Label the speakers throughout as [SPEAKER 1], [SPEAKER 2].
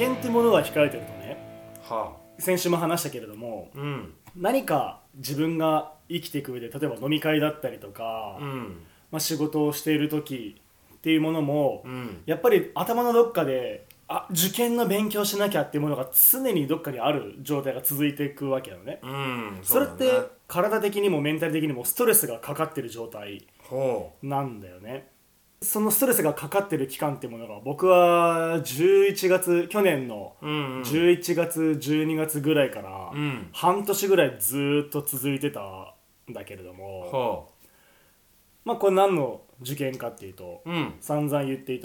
[SPEAKER 1] 験ってものが控えてるとね、
[SPEAKER 2] は
[SPEAKER 1] 先週も話したけれども、
[SPEAKER 2] あ、うん、
[SPEAKER 1] 何か自分が生きていく上で、例えば飲み会だったりとか、仕事をしている時っていうものも、やっぱり頭のどっかで受験の勉強しなきゃっていうものが常にどっかにある状態が続いていくわけだよね。それって体的にもメンタル的にもストレスがかかってる状態なんだよね。そのストレスがかかってる期間っていうものが、僕は去年の11月12月ぐらいから半年ぐらいずっと続いてたんだけれども、これ何の受験かっていうと、散々言っていた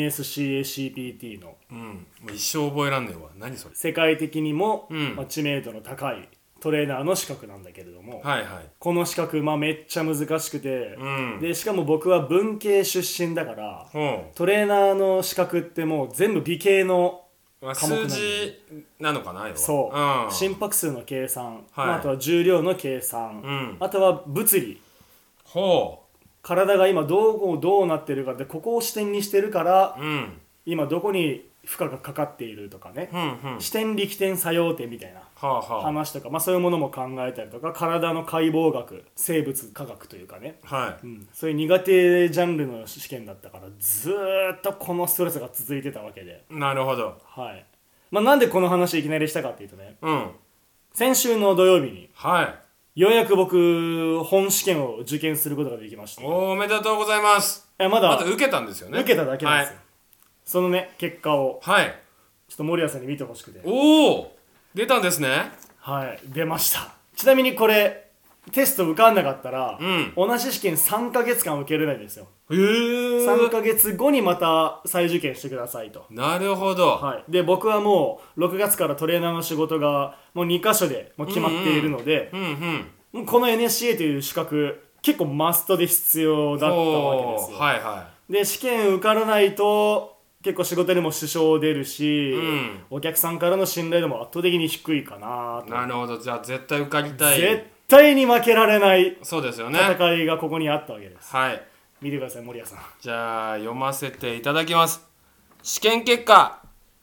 [SPEAKER 1] NSCA-CPT の、
[SPEAKER 2] もう一生覚えらんねえわ。何それ。
[SPEAKER 1] 世界的にも、知名度の高いトレーナーの資格なんだけれども、この資格、めっちゃ難しくて、でしかも僕は文系出身だから、トレーナーの資格ってもう全部理系の科目なんだよね。
[SPEAKER 2] 数字なのかな、要は。
[SPEAKER 1] そう、心拍数の計算、あとは重量の計算、あとは物理、体が今どうなってるかで、ここを視点にしてるから、今どこに負荷がかかっているとかね、視点力点作用点みたいな話とか、そういうものも考えたりとか、体の解剖学、生物科学というかね、そういう苦手ジャンルの試験だったから、ずーっとこのストレスが続いてたわけで。
[SPEAKER 2] なるほど。
[SPEAKER 1] なんでこの話いきなりしたかっていうとね、先週の土曜日に、ようやく僕本試験を受験することができました。
[SPEAKER 2] おめでとうございます。まだ受けたんですよね。
[SPEAKER 1] 受けただけなんですよ。そのね、結果をちょっと森谷さんに見てほしくて。
[SPEAKER 2] 出たんですね。
[SPEAKER 1] 出ました。ちなみにこれテスト受かんなかったら、同じ試験3ヶ月間受けれないんですよ。3ヶ月後にまた再受験してくださいと。
[SPEAKER 2] なるほど。
[SPEAKER 1] で僕はもう6月からトレーナーの仕事がもう2カ所でもう決まっているので、この NSCA という資格結構マストで必要だったわけですよ。で試験受からないと結構仕事にも支障出るし、お客さんからの信頼度も圧倒的に低いかなと。
[SPEAKER 2] なるほど。じゃあ絶対受かりたい。
[SPEAKER 1] 絶対に負けられない
[SPEAKER 2] そうですよね。
[SPEAKER 1] 戦いがここにあったわけです。見てください、森谷さん。
[SPEAKER 2] じゃあ読ませていただきます。試験結果、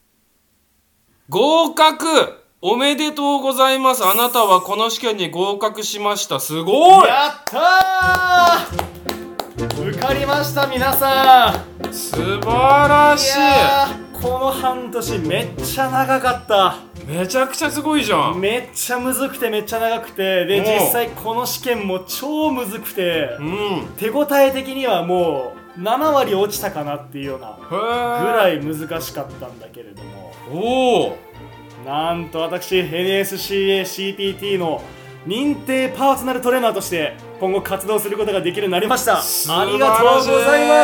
[SPEAKER 2] 合格おめでとうございます。あなたはこの試験に合格しました。すごい。
[SPEAKER 1] やったー、受かりました皆さん。
[SPEAKER 2] 素晴らしい。
[SPEAKER 1] この半年めっちゃ長かった。
[SPEAKER 2] めちゃくちゃすごいじゃん。
[SPEAKER 1] めっちゃむずくてめっちゃ長くて、で実際この試験も超むずくて、手応え的にはもう7割落ちたかなっていうようなぐらい難しかったんだけれども、なんと私 NSCA-CPT の認定パーソナルトレーナーとして今後活動することができるようになりました。ありがとうございます。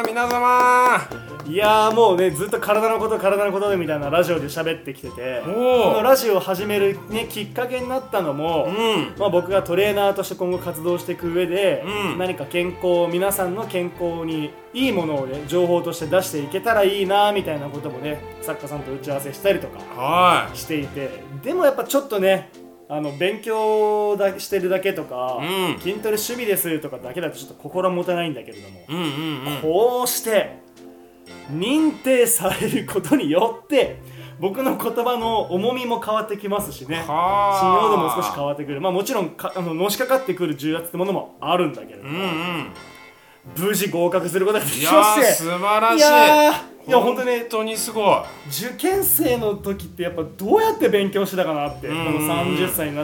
[SPEAKER 2] 皆様。
[SPEAKER 1] いやーもうね、ずっと体のことでみたいなラジオで喋ってきてて、このラジオを始める、きっかけになったのも、僕がトレーナーとして今後活動していく上で、何か皆さんの健康にいいものをね、情報として出していけたらいいなみたいなこともね、作家さんと打ち合わせしたりとかしていて、でもやっぱちょっとね、勉強してるだけとか、筋トレ趣味ですとかだけだとちょっと心もたないんだけれども、こうして認定されることによって僕の言葉の重みも変わってきますしね、信用度も少し変わってくる。もちろんのしかかってくる重圧ってものもあるんだけれども、無事合格することができまして、
[SPEAKER 2] 素晴らしい。
[SPEAKER 1] いや本当ね、
[SPEAKER 2] 本当にすごい。
[SPEAKER 1] 受験生の時ってやっぱどうやって勉強してたかなって、この30歳になって、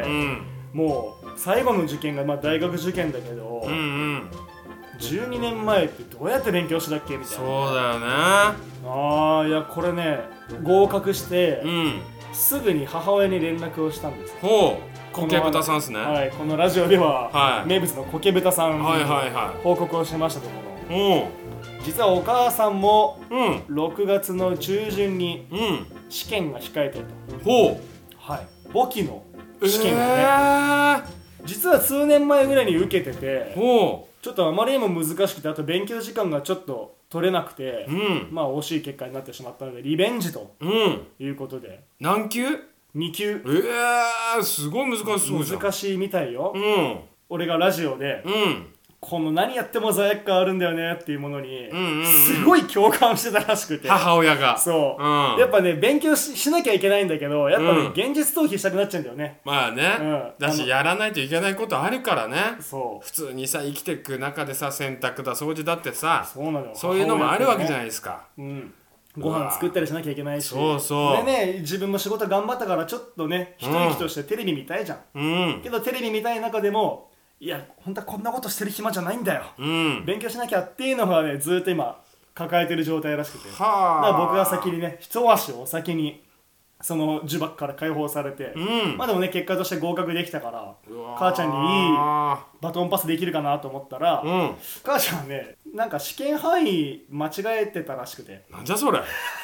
[SPEAKER 1] もう最後の受験が大学受験だけど、12年前ってどうやって勉強してたっけみたいな。
[SPEAKER 2] そうだよね。
[SPEAKER 1] いやこれね、合格して、すぐに母親に連絡をしたんです。
[SPEAKER 2] コケブタさんですね。
[SPEAKER 1] このラジオでは、名物のコケブタさんに報告をしましたところ、実はお母さんも6月の中旬に試験が控えていると。簿記の試験をね、実は数年前ぐらいに受けてて、ちょっとあまりにも難しくて、あと勉強時間がちょっと取れなくて、惜しい結果になってしまったのでリベンジということで。
[SPEAKER 2] 何級
[SPEAKER 1] ？2級。
[SPEAKER 2] すごい難しそうじゃん。
[SPEAKER 1] 難しいみたいよ。俺がラジオでこの何やっても罪悪感あるんだよねっていうものに、
[SPEAKER 2] うんうん、
[SPEAKER 1] すごい共感してたらしくて、
[SPEAKER 2] 母親が
[SPEAKER 1] そう、やっぱね勉強 しなきゃいけないんだけど、やっぱね、現実逃避したくなっちゃうんだよね。
[SPEAKER 2] まあね、だしやらないといけないことあるからね。
[SPEAKER 1] そう
[SPEAKER 2] 普通にさ生きていく中でさ、洗濯だ掃除だってさ、
[SPEAKER 1] そうなのよ、
[SPEAKER 2] そういうのもあるわけじゃないですか。
[SPEAKER 1] ご飯作ったりしなきゃいけないし、
[SPEAKER 2] そうそう
[SPEAKER 1] でね、自分も仕事頑張ったからちょっとね一息としてテレビ見たいじゃん、けどテレビ見たい中でもいや本当はこんなことしてる暇じゃないんだよ、勉強しなきゃっていうのがねずっと今抱えてる状態らしくて、だから僕が先にね一足を先にその呪縛から解放されて、まあでもね結果として合格できたから、母ちゃんにいいバトンパスできるかなと思ったら、母ちゃんはねなんか試験範囲間違えてたらしくて。
[SPEAKER 2] なんじゃそれ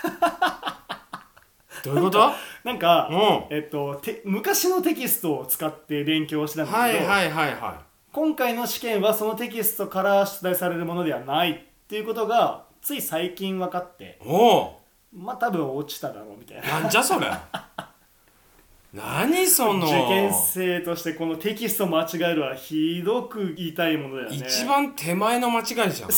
[SPEAKER 2] どういうこと？
[SPEAKER 1] なんか、昔のテキストを使って勉強してたんだけど、今回の試験はそのテキストから出題されるものではないっていうことがつい最近分かって、まあ多分落ちただろうみたいな。
[SPEAKER 2] なんじゃそれ何その
[SPEAKER 1] 受験生としてこのテキスト間違えるはひどく言いたいものだよね。
[SPEAKER 2] 一番手前の間違いじゃん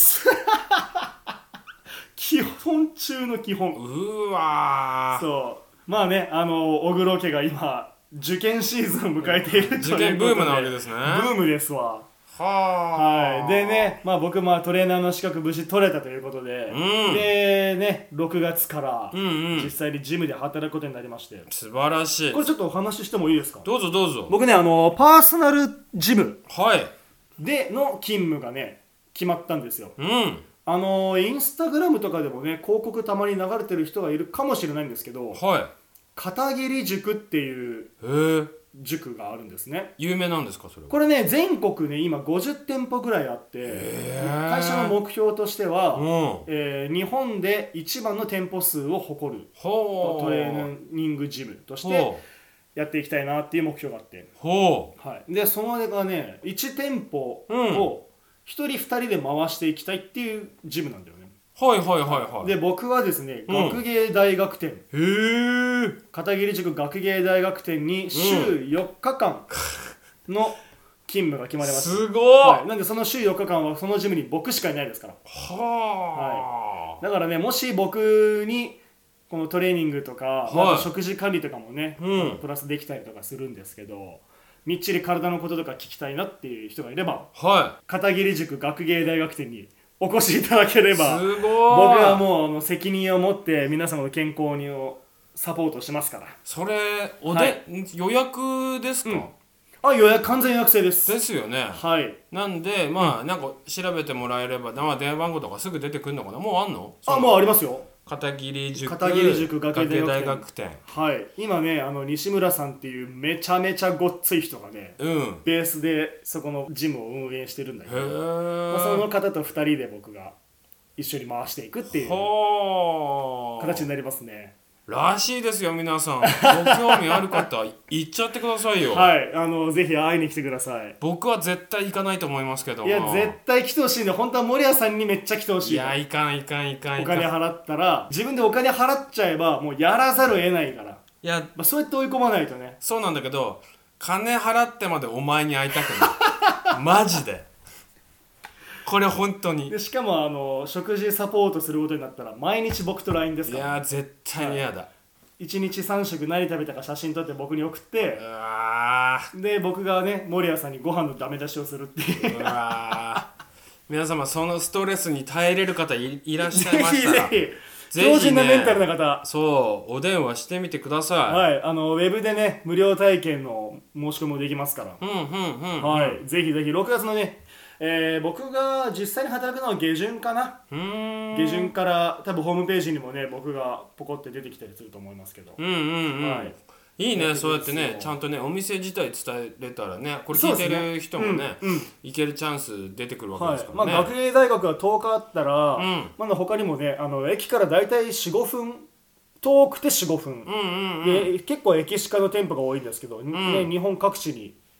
[SPEAKER 1] 基本中の基本。
[SPEAKER 2] うわー、
[SPEAKER 1] そうまあね、小黒家が今受験シーズンを迎えているということで、
[SPEAKER 2] 受験ブームなわけですね。
[SPEAKER 1] ブームですわ。
[SPEAKER 2] はい。
[SPEAKER 1] でね、まあ僕トレーナーの資格無事取れたということで、でね6月から実際にジムで働くことになりまして、
[SPEAKER 2] 素晴らしい。
[SPEAKER 1] これちょっとお話ししてもいいですか？
[SPEAKER 2] どうぞどうぞ。
[SPEAKER 1] 僕ねパーソナルジムでの勤務がね決まったんですよ。インスタグラムとかでもね広告たまに流れてる人がいるかもしれないんですけど、片桐塾っていう塾があるんですね。
[SPEAKER 2] 有名なんですかそれは？
[SPEAKER 1] これね全国ね今50店舗ぐらいあって、会社の目標としては、日本で一番の店舗数を誇るトレーニングジムとしてやっていきたいなっていう目標があって、でそのがね1店舗を1人2人で回していきたいっていうジムなんだよね。で僕はですね、学芸大学店、片桐塾学芸大学店に週4日間の勤務が決まりました。
[SPEAKER 2] すごい、
[SPEAKER 1] なんでその週4日間はそのジムに僕しかいないですから。だからね、もし僕にこのトレーニングとか、食事管理とかもね、プラスできたりとかするんですけど、みっちり体のこととか聞きたいなっていう人がいれば、片桐塾学芸大学店にお越しいただければ、僕はもう責任を持って皆様の健康をサポートしますから。
[SPEAKER 2] それ予約ですか？
[SPEAKER 1] 完全予約制です。
[SPEAKER 2] ですよね。なんでなんか調べてもらえれば、電話番号とかすぐ出てくるのかな？もうあんの？
[SPEAKER 1] もうありますよ。
[SPEAKER 2] 片桐塾
[SPEAKER 1] 学芸大学店。今ね西村さんっていうめちゃめちゃごっつい人がね、ベースでそこのジムを運営してるんだけど、その方と2人で僕が一緒に回していくっていう形になりますね。
[SPEAKER 2] らしいですよ。皆さんご興味ある方行っちゃってくださいよ。
[SPEAKER 1] ぜひ会いに来てください。
[SPEAKER 2] 僕は絶対行かないと思いますけども。
[SPEAKER 1] いや絶対来てほしいんで、本当は森谷さんにめっちゃ来てほしい。
[SPEAKER 2] いやいかん。お金
[SPEAKER 1] 払ったら、自分でお金払っちゃえばもうやらざるを得ないから。
[SPEAKER 2] いや、
[SPEAKER 1] そうやって追い込まないとね。
[SPEAKER 2] そうなんだけど、金払ってまでお前に会いたくないマジでこれ本当に。
[SPEAKER 1] でしかも食事サポートすることになったら毎日僕と LINE ですから、
[SPEAKER 2] いや絶対に嫌だ。
[SPEAKER 1] 1日3食何食べたか写真撮って僕に送って、で僕がね守谷さんにご飯のダメ出しをするっていう。
[SPEAKER 2] 皆様そのストレスに耐えれる方 いらっしゃいましたら
[SPEAKER 1] ぜひ強靭なメンタルな方、
[SPEAKER 2] お電話してみてください。
[SPEAKER 1] ウェブでね無料体験の申し込みもできますから、ぜひぜひ6月のね、僕が実際に働くのは下旬かな。下旬から多分ホームページにもね僕がポコって出てきたりすると思いますけど、
[SPEAKER 2] いいね。そうやってねちゃんとねお店自体伝えれたらね、これ聞いてる人もね行けるチャンス出てくるわけですからね。
[SPEAKER 1] 学芸大学が10日あったら、まだ他にもね駅からだいたい 4,5 分遠くて 4,5 分で、結構駅近の店舗が多いんですけど、日本各地に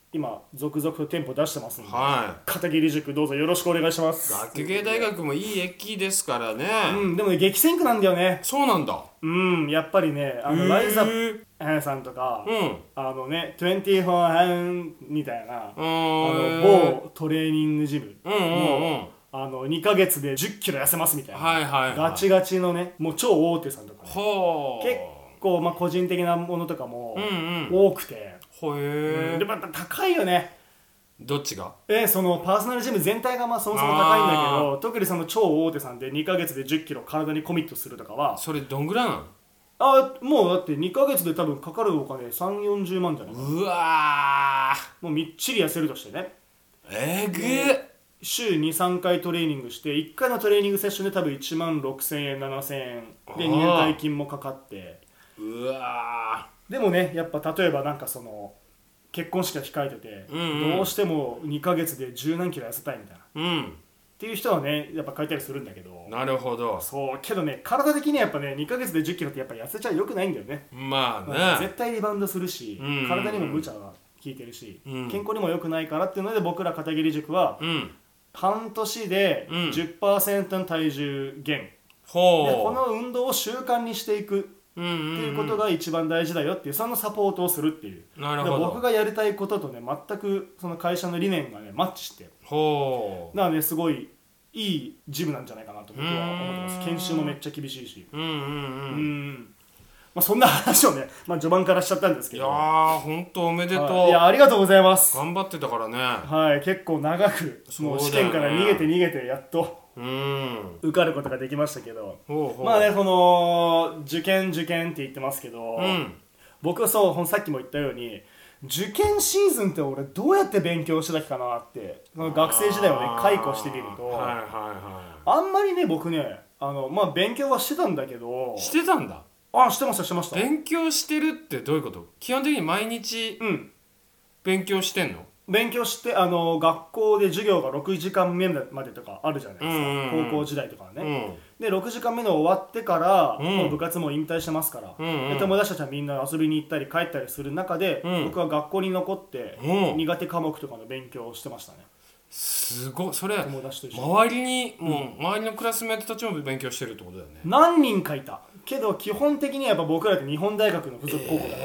[SPEAKER 1] 今続々と店舗出してますんで、
[SPEAKER 2] はい、
[SPEAKER 1] 片桐塾どうぞよろしくお願いします。
[SPEAKER 2] 学芸大学もいい駅ですからね。
[SPEAKER 1] でもね激戦区なんだよね。
[SPEAKER 2] そうなんだ。
[SPEAKER 1] やっぱりねライザさんとか、24ハンみたいな某トレーニングジムも2ヶ月で10キロ痩せますみたいな、ガチガチのねもう超大手さんとか、ね、結構個人的なものとかも多くて、でもやっぱ高いよね。
[SPEAKER 2] どっちが？
[SPEAKER 1] そのパーソナルジム全体がそもそも高いんだけど、特にその超大手さんで2ヶ月で10キロ体にコミットするとかは。
[SPEAKER 2] それどんぐらいなの？
[SPEAKER 1] もうだって2ヶ月で多分かかるお金3、40万じゃないかな。
[SPEAKER 2] うわ
[SPEAKER 1] ー、もうみっちり痩せるとしてね。週 2,3 回トレーニングして1回のトレーニングセッションで多分1万6000円7,000円で入会金もかかって、
[SPEAKER 2] うわ
[SPEAKER 1] でもねやっぱ例えばなんかその結婚式が控えてて、どうしても2ヶ月で10何キロ痩せたいみたいな、っていう人はねやっぱ書いたりするんだけど。
[SPEAKER 2] なるほど。
[SPEAKER 1] そうけどね体的にはやっぱね2ヶ月で10キロってやっぱ痩せちゃ良くないんだよね。
[SPEAKER 2] まあね、
[SPEAKER 1] 絶対リバウンドするし、体にも無茶が効いてるし、健康にも良くないからっていうので僕ら片桐塾は、半年で 10% の体重減、でこの運動を習慣にしていくっていうことが一番大事だよっていう、そのサポートをするっていう。
[SPEAKER 2] なるほど。
[SPEAKER 1] 僕がやりたいこととね全くその会社の理念がねマッチして、だからねすごいいいジムなんじゃないかなと僕は思ってます。研修もめっちゃ厳しいし、そんな話をね、序盤からしちゃったんですけど。
[SPEAKER 2] いやーほんとおめでとう。
[SPEAKER 1] いやありがとうございます。
[SPEAKER 2] 頑張ってたからね。
[SPEAKER 1] はい、結構長くもう試験から逃げてやっと受かることができましたけど、まあねこの受験って言ってますけど、僕はそうさっきも言ったように受験シーズンって俺どうやって勉強してたっけかなって、学生時代をね解雇してみると、あんまりね僕ね勉強はしてたんだけど。
[SPEAKER 2] してたんだ。
[SPEAKER 1] してました。
[SPEAKER 2] 勉強してるってどういうこと？基本的に毎日勉強してんの？
[SPEAKER 1] 勉強して学校で授業が6時間目までとかあるじゃないですか、高校時代とかはね、で6時間目の終わってから、もう部活も引退してますから、で友達たちはみんな遊びに行ったり帰ったりする中で、僕は学校に残って、苦手科目とかの勉強をしてましたね。
[SPEAKER 2] すごい。それ
[SPEAKER 1] 友達と一緒に
[SPEAKER 2] 周りのクラスメートたちも勉強してるってことだよね。
[SPEAKER 1] 何人かいたけど基本的にはやっぱ僕らって日本大学の附属高校だから、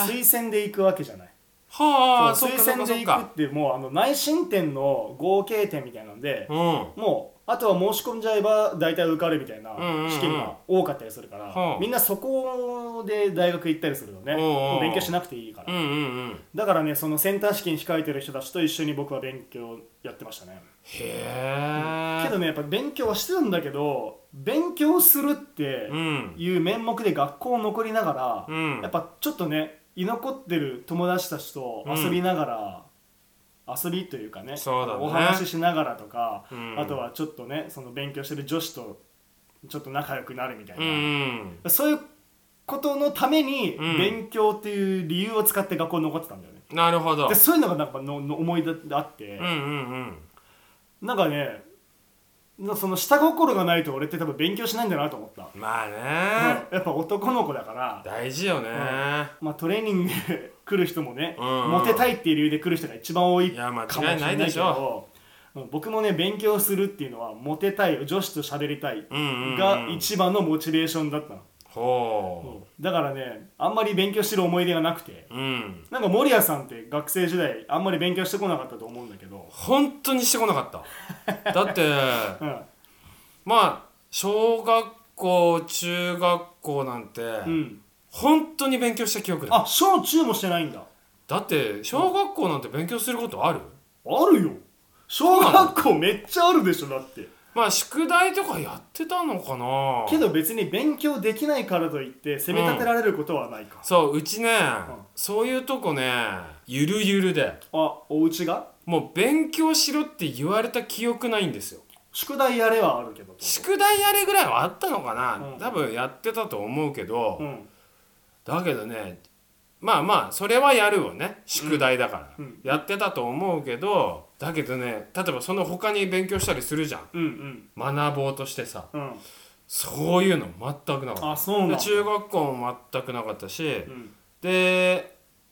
[SPEAKER 1] 推薦で行くわけじゃない。推薦で行くってもう内申点の合計点みたいなので、もうあとは申し込んじゃえば大体受かるみたいな試験が多かったりするから、みんなそこで大学行ったりするのね、もう勉強しなくていいから、だからねそのセンター試験控えてる人たちと一緒に僕は勉強やってましたね。けどねやっぱ勉強はしてたんだけど、勉強するっていう名目で学校残りながら、やっぱちょっとね居残ってる友達たちと遊びながら、遊びというかね、お話ししながらとか、あとはちょっとねその勉強してる女子とちょっと仲良くなるみたいな、そういうことのために勉強っていう理由を使って学校に残ってたんだよね。
[SPEAKER 2] なるほど。
[SPEAKER 1] でそういうのがなんかの思い出あって、なんかねその下心がないと俺って多分勉強しないんだなと思った。
[SPEAKER 2] まあね、
[SPEAKER 1] やっぱ男の子だから
[SPEAKER 2] 大事よね。
[SPEAKER 1] トレーニング来る人もね、モテたいっていう理由で来る人が一番多いかもしれないけど、僕もね勉強するっていうのはモテたい、女子と喋りたいが一番のモチベーションだったの。だからねあんまり勉強してる思い出がなくて、なんか守谷さんって学生時代あんまり勉強してこなかったと思うんだけど。
[SPEAKER 2] 本当にしてこなかっただって、まあ小学校中学校なんて、本当に勉強した記憶だ。
[SPEAKER 1] 小中もしてないんだ。
[SPEAKER 2] だって小学校なんて勉強することある？
[SPEAKER 1] あるよ。小学校めっちゃあるでしょ。だって
[SPEAKER 2] 宿題とかやってたのかな。
[SPEAKER 1] けど別に勉強できないからといって責め立てられることはないか。
[SPEAKER 2] うちね、そういうとこねゆるゆるで。
[SPEAKER 1] お家が
[SPEAKER 2] もう勉強しろって言われた記憶ないんですよ。
[SPEAKER 1] 宿題やれはあるけど。
[SPEAKER 2] 宿題やれぐらいはあったのかな、多分やってたと思うけど、だけどねそれはやるよね、宿題だから、やってたと思うけど、だけどね例えばその他に勉強したりするじゃん、学ぼうとしてさ、そういうの全くなかった。
[SPEAKER 1] そうなんだ。
[SPEAKER 2] 中学校も全くなかったし、で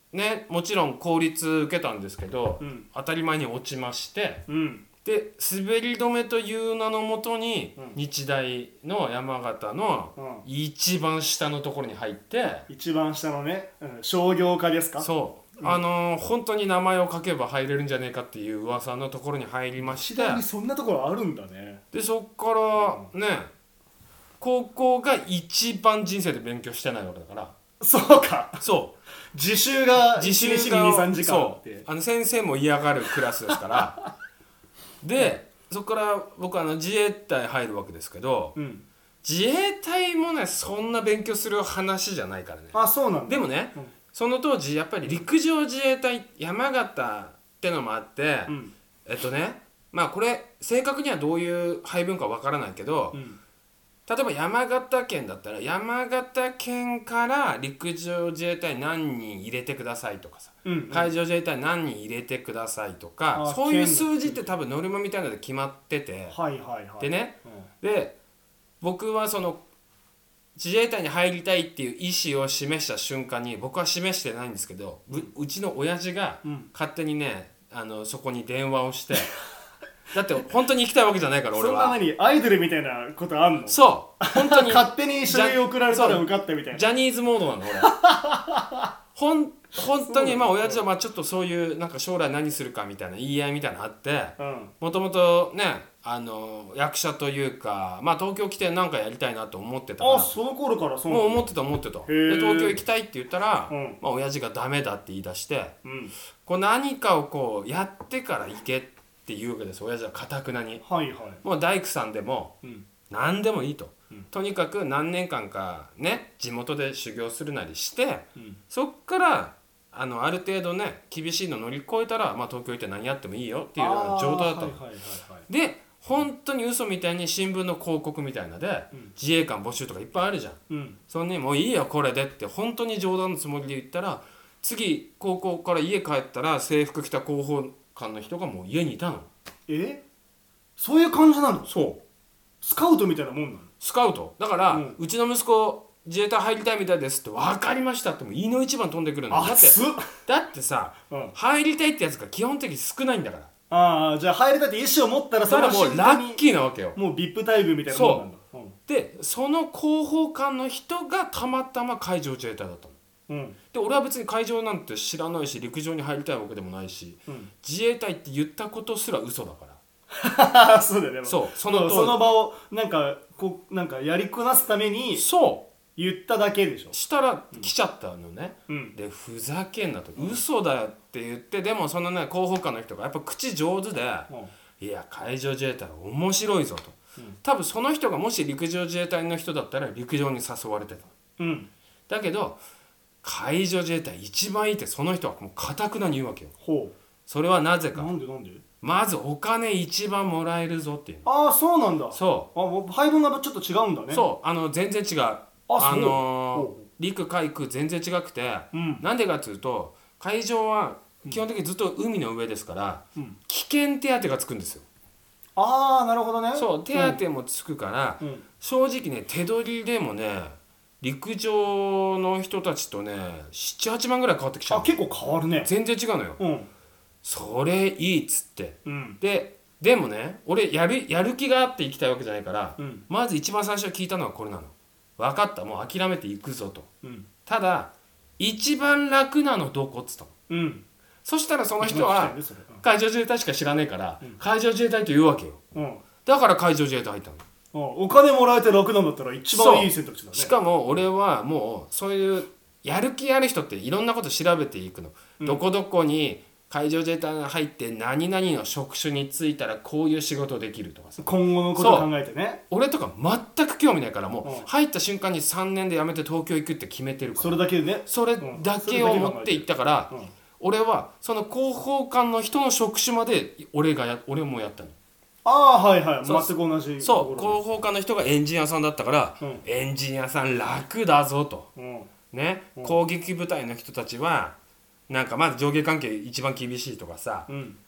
[SPEAKER 2] ねもちろん公立受けたんですけど、当たり前に落ちまして、で滑り止めという名のもとに、日大の山形の一番下のところに入って、
[SPEAKER 1] 一番下のね、商業科ですか。
[SPEAKER 2] そう、本当に名前を書けば入れるんじゃねえかっていう噂のところに入りまして、
[SPEAKER 1] にそんなところあるんだね。
[SPEAKER 2] でそっからね、高校が一番人生で勉強してないわけだから。
[SPEAKER 1] そうか。
[SPEAKER 2] そう
[SPEAKER 1] 自習が
[SPEAKER 2] 自習
[SPEAKER 1] が2、3時間って。
[SPEAKER 2] そう先生も嫌がるクラスですからでそこから僕自衛隊入るわけですけど、自衛隊もねそんな勉強する話じゃないからね。
[SPEAKER 1] あ、そうなんだ。
[SPEAKER 2] でもね、その当時やっぱり陸上自衛隊山形ってのもあって、まあこれ正確にはどういう配分かわからないけど、例えば山形県だったら山形県から陸上自衛隊何人入れてくださいとかさ、海上自衛隊何人入れてくださいとか、そういう数字って多分ノルマみたいなので決まってて、でね、で僕はその自衛隊に入りたいっていう意思を示した瞬間に、僕は示してないんですけど、うちの親父が勝手にねそこに電話をしてだって本当に行きたいわけじゃないから俺は。
[SPEAKER 1] そんなにアイドルみたいなことあんの？
[SPEAKER 2] そう本当に
[SPEAKER 1] 勝手に書類送られたら受かったみたいな。
[SPEAKER 2] ジャニーズモードなの俺本当にまあ親父はまあちょっとそういうなんか将来何するかみたいな言い合いみたいなのあって、もともとね役者というか、まあ東京来てなんかやりたいなと思ってたから。
[SPEAKER 1] あ、その頃からそう
[SPEAKER 2] もう思ってたで東京行きたいって言ったら、まあ親父がダメだって言い出して、こう何かをこうやってから行けって言うわけです。親父は堅くなに、もう大工さんでも、何でもいいと、とにかく何年間かね地元で修行するなりして、そっからある程度ね厳しいの乗り越えたら、まあ、東京行って何やってもいいよっていうような状態だったの。で本当に嘘みたいに新聞の広告みたいなで、自衛官募集とかいっぱいあるじゃん、そんにもういいよこれでって本当に冗談のつもりで言ったら、次高校から家帰ったら制服着た広報官の人がもう家にいたの。
[SPEAKER 1] そういう感じなの？
[SPEAKER 2] そう
[SPEAKER 1] スカウトみたいなもんなの？
[SPEAKER 2] スカウトだから、うちの息子自衛隊入りたいみたいですって分かりましたってもう胃の一番飛んでくるの。だってさ、入りたいってやつが基本的に少ないんだから。
[SPEAKER 1] じゃあ入りたいって意思を持ったら
[SPEAKER 2] それはもうラッキーなわけよ。
[SPEAKER 1] もう VIP 待遇みたいなもんなんだ。
[SPEAKER 2] でその広報官の人がたまたま海上自衛隊だったの。で俺は別に海上なんて知らないし陸上に入りたいわけでもないし、自衛隊って言ったことすら嘘だから。
[SPEAKER 1] そうだよね。
[SPEAKER 2] そう
[SPEAKER 1] その場をなんかやりこなすために言っただけでしょ。
[SPEAKER 2] したら来ちゃったのね、でふざけんなと、嘘だよって言って、でもそのね広報官の人がやっぱ口上手で、いや海上自衛隊面白いぞと、多分その人がもし陸上自衛隊の人だったら陸上に誘われてた、だけど海上自衛隊一番いいってその人はもう堅くなに言うわけよ。それはなぜか。なんでまずお金一番もらえるぞっていう。
[SPEAKER 1] そうなんだ。配分がちょっと違うんだね。
[SPEAKER 2] そう全然違う。陸海空全然違くて、なんでかっていうと海上は基本的にずっと海の上ですから、危険手当がつくんですよ。
[SPEAKER 1] なるほどね。
[SPEAKER 2] そう手当もつくから、正直ね手取りでもね陸上の人たちとね 7,8 万ぐらい変わってきちゃう。
[SPEAKER 1] 結構変わるね。
[SPEAKER 2] 全然違うのよ、それいいっつって、でもね俺やる気があって行きたいわけじゃないから、まず一番最初聞いたのはこれなの。分かった、もう諦めていくぞと、ただ一番楽なのどこっつったの、そしたらその人は海上自衛隊しか知らねえから、海上自衛隊と言うわけよ、だから海上自衛隊入ったの。
[SPEAKER 1] お金もらえて楽なんだったら一番いい選択肢だね。
[SPEAKER 2] しかも俺はもうそういうやる気ある人っていろんなこと調べていくの、どこどこに海上自衛隊に入って何々の職種に就いたらこういう仕事できるとかさ、
[SPEAKER 1] 今後のことを考えてね。
[SPEAKER 2] 俺とか全く興味ないから、もう入った瞬間に3年で辞めて東京行くって決めてるから、
[SPEAKER 1] それだけでね、
[SPEAKER 2] それだけを持って行ったから、俺はその広報官の人の職種まで俺もやったの。
[SPEAKER 1] 全く同じ。
[SPEAKER 2] そう広報官の人がエンジニアさんだったから、エンジニアさん楽だぞと、ね、攻撃部隊の人たちはなんかまず上下関係一番厳しいとかさ、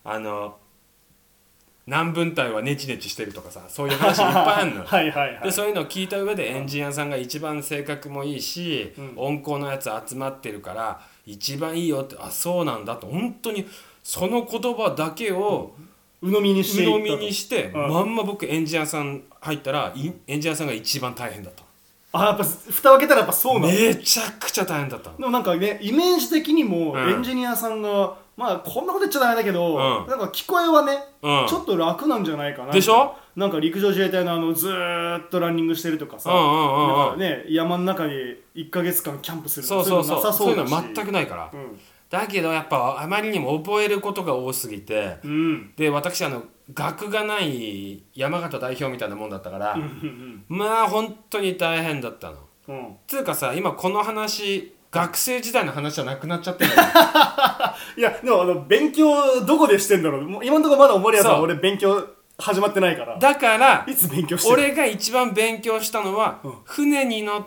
[SPEAKER 2] 何分隊はネチネチしてるとかさ、そういう話いっぱいあるのでそういうのを聞いた上でエンジニアさんが一番性格もいいし、温厚なやつ集まってるから一番いいよって、あそうなんだと、本当にその言葉だけを
[SPEAKER 1] 鵜呑みに
[SPEAKER 2] して、まんま僕エンジニアさん入ったらエンジニアさんが一番大変だった。
[SPEAKER 1] あ、やっぱ蓋を開けたらやっぱそうなの。
[SPEAKER 2] めちゃくちゃ大変だった。
[SPEAKER 1] でもなんかね、イメージ的にもエンジニアさんが、まあこんなこと言っちゃダメだけど、なんか聞こえはね、ちょっと楽なんじゃないかな。
[SPEAKER 2] でしょ。
[SPEAKER 1] なんか陸上自衛隊のずーっとランニングしてるとかさ、なんかね、山の中に1ヶ月間キャンプするとか、
[SPEAKER 2] そういうの全くないから、だけどやっぱあまりにも覚えることが多すぎて、で私学がない山形代表みたいなもんだったから、まあ本当に大変だったの。つうかさ、今この話学生時代の話じゃなくなっちゃってる
[SPEAKER 1] いやでも勉強どこでしてんだろう。今のところまだ森谷さん俺勉強始まってないから。
[SPEAKER 2] だから
[SPEAKER 1] いつ勉強してる？
[SPEAKER 2] 俺が一番勉強したのは、船に乗って、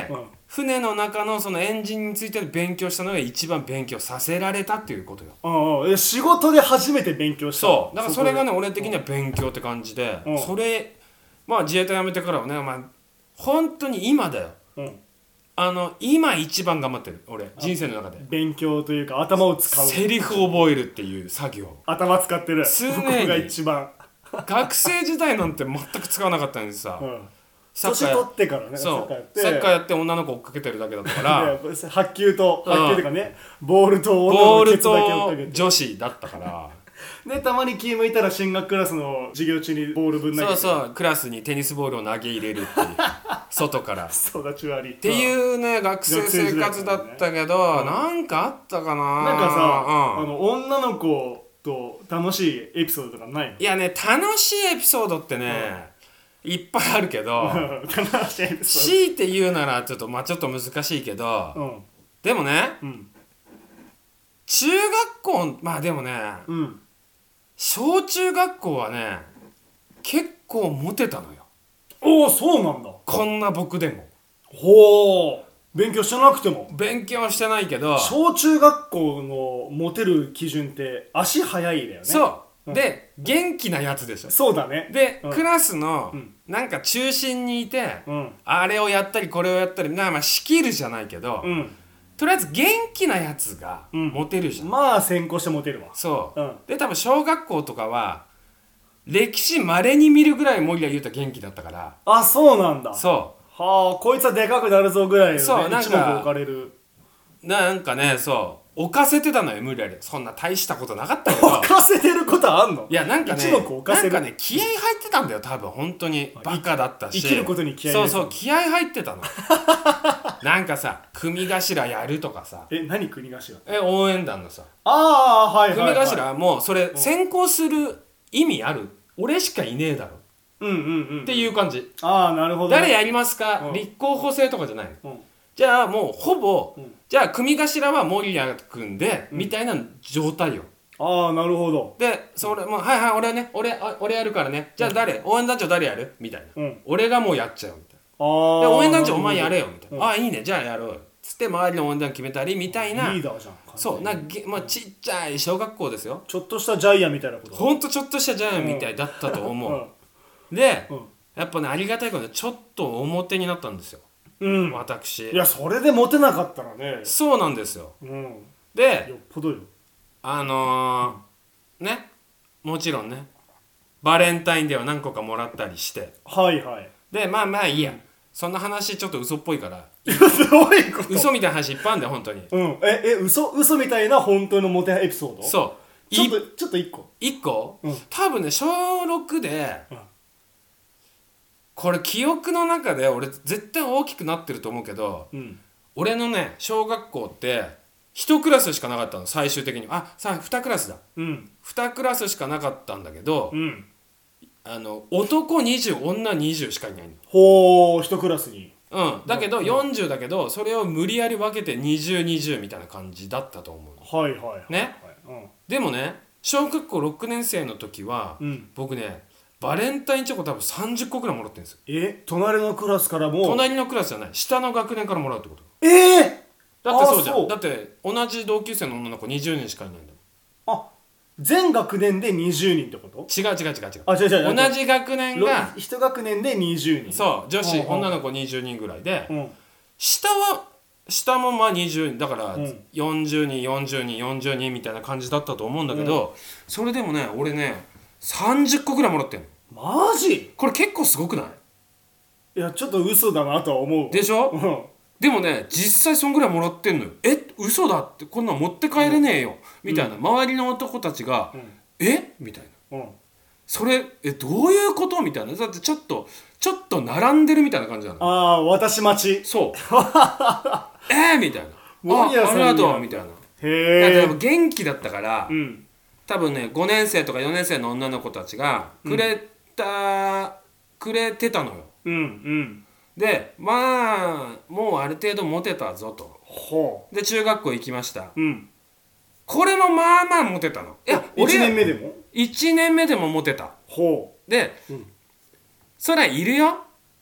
[SPEAKER 2] 船の中のそのエンジンについて勉強したのが一番勉強させられたっていうことよ。
[SPEAKER 1] 仕事で初めて勉強した。
[SPEAKER 2] そうだからそれがね、俺的には勉強って感じで、それまあ自衛隊辞めてからはね、本当に今だよ、今一番頑張ってる俺、人生の中で
[SPEAKER 1] 勉強というか頭を使う、
[SPEAKER 2] セリフを覚えるっていう作業、
[SPEAKER 1] 頭使ってる
[SPEAKER 2] 常に。
[SPEAKER 1] 僕が一番
[SPEAKER 2] 学生時代なんて全く使わなかったんですさ、
[SPEAKER 1] 年取ってからね、
[SPEAKER 2] サッカーやって女の子追っかけてるだけだったから
[SPEAKER 1] 白球というかね、ボールと女の子ケツだけ追っかけて
[SPEAKER 2] 女子だったから
[SPEAKER 1] でたまに気向いたら進学クラスの授業中にボールぶん投げて、
[SPEAKER 2] そうクラスにテニスボールを投げ入れるっていう外から
[SPEAKER 1] 育ち悪い
[SPEAKER 2] っていうね、学生生活だったけど、なんかあったかな。
[SPEAKER 1] なんかさ、女の子と楽しいエピソードとかないの？
[SPEAKER 2] いやね、楽しいエピソードってね、いっぱいあるけど
[SPEAKER 1] 楽しいエピソード
[SPEAKER 2] 強いて言うならちょっと難しいけど、でもね、中学校でもね、小中学校はね結構モテたのよ。
[SPEAKER 1] おお、そうなんだ。
[SPEAKER 2] こんな僕でも。
[SPEAKER 1] ほう、勉強してなくても。
[SPEAKER 2] 勉強してないけど、
[SPEAKER 1] 小中学校のモテる基準って足速いだよね。
[SPEAKER 2] そう、で元気なやつでしょ。
[SPEAKER 1] そうだね。
[SPEAKER 2] で、クラスのなんか中心にいて、あれをやったりこれをやったり、仕切るじゃないけど、とりあえず元気なやつがモテるじゃん。
[SPEAKER 1] まあ先行してモテるわ。
[SPEAKER 2] そう、で多分小学校とかは歴史まれに見るぐらい森谷裕太元気だったから。
[SPEAKER 1] あ、そうなんだ。
[SPEAKER 2] そう、
[SPEAKER 1] はあ、こいつはでかくなるぞぐらいの、ね、
[SPEAKER 2] そう、なんか
[SPEAKER 1] 一目置かれる。
[SPEAKER 2] なんかね、そう置かせてたのよ、無理やり。そんな大したことなかったけど
[SPEAKER 1] 置かせてることあんの？
[SPEAKER 2] いや、なんかね、
[SPEAKER 1] 一目置かせる、
[SPEAKER 2] なんかね、気合入ってたんだよ多分。本当にバカだったし、
[SPEAKER 1] 生きることに気合入れてた。
[SPEAKER 2] そう気合入ってたのなんかさ、組頭やるとかさ。
[SPEAKER 1] 何組頭？
[SPEAKER 2] 応援団のさ、
[SPEAKER 1] はいはい、はい、
[SPEAKER 2] 組頭もそれ先行する意味ある？俺しかいねえだろっていう感じ。
[SPEAKER 1] なるほど、ね、
[SPEAKER 2] 誰やりますか、立候補制とかじゃないの、じゃあもうほぼ、じゃあ組頭は森谷君で、みたいな状態よ。
[SPEAKER 1] なるほど。
[SPEAKER 2] でそれもはいはい、俺ね、俺やるからね、じゃあ誰、応援団長誰やるみたいな、俺がもうやっちゃうみたいな。で応援団長お前やれよみたいな、いいね、じゃあやろうよつって周りの応援団決めたりみたいな。
[SPEAKER 1] リーダーじゃん。
[SPEAKER 2] そうちっちゃい小学校ですよ。
[SPEAKER 1] ちょっとしたジャイアンみたいなこと。
[SPEAKER 2] ほんとちょっとしたジャイアンみたいだったと思う、で、やっぱね、ありがたいことでちょっと表になったんですよ、私。
[SPEAKER 1] いや、それでモテなかったらね。
[SPEAKER 2] そうなんですよ、で
[SPEAKER 1] よっぽどよ。
[SPEAKER 2] ね、もちろんね、バレンタインデーは何個かもらったりして、
[SPEAKER 1] はいはい。
[SPEAKER 2] でいいや、そんな話ちょっと嘘っぽいから
[SPEAKER 1] すごいこと。
[SPEAKER 2] 嘘みたいな話いっぱいあるんだよ本当に。
[SPEAKER 1] 嘘みたいな本当のモテエピソード。
[SPEAKER 2] そう
[SPEAKER 1] ちょっと1個、
[SPEAKER 2] 多分ね、小6で、これ記憶の中で俺絶対大きくなってると思うけど、俺のね小学校って1クラスしかなかったの、最終的に。2クラスだ、2クラスしかなかったんだけど、男20女20しかいないの。
[SPEAKER 1] ほう、1クラスに。
[SPEAKER 2] だけど40だけど、それを無理やり分けて2020みたいな感じだったと思う。
[SPEAKER 1] はいはい
[SPEAKER 2] ね。でもね、小学校6年生の時は、僕ねバレンタインチョコ多分30個くらいもらってるんですよ。
[SPEAKER 1] 隣のクラスからも？
[SPEAKER 2] 隣のクラスじゃない、下の学年からもらうってこと。だってそうじゃん。だって同じ同級生の女の子20人しかいないんだもん。
[SPEAKER 1] 全学年で20人ってこと？
[SPEAKER 2] 違う。
[SPEAKER 1] 違う。
[SPEAKER 2] 同じ学年が
[SPEAKER 1] 1学年で20人。
[SPEAKER 2] そう、女子女の子20人ぐらいで、下は下もまあ20人だから40人40人40人みたいな感じだったと思うんだけど、それでもね俺ね30個ぐらいもらってんの。
[SPEAKER 1] マジ？
[SPEAKER 2] これ結構すごくない？
[SPEAKER 1] いやちょっと嘘だなとは思う
[SPEAKER 2] でしょ、でもね実際そんぐらいもらってんのよ。嘘だってこんなん持って帰れねえよ、みたいな、周りの男たちが、みたいな、それどういうことみたいな。だってちょっと並んでるみたいな感じなの。
[SPEAKER 1] ああ私待ち。
[SPEAKER 2] そうみたいな、ありがとうみたいな。
[SPEAKER 1] へえ。
[SPEAKER 2] 元気だったから、多分ね5年生とか4年生の女の子たちがくれてたのよ。でまあもうある程度モテたぞと。で中学校行きました、これもまあまあモテたの。いや
[SPEAKER 1] 1年目でも
[SPEAKER 2] 1年目でもモテた。で、そりゃいるよ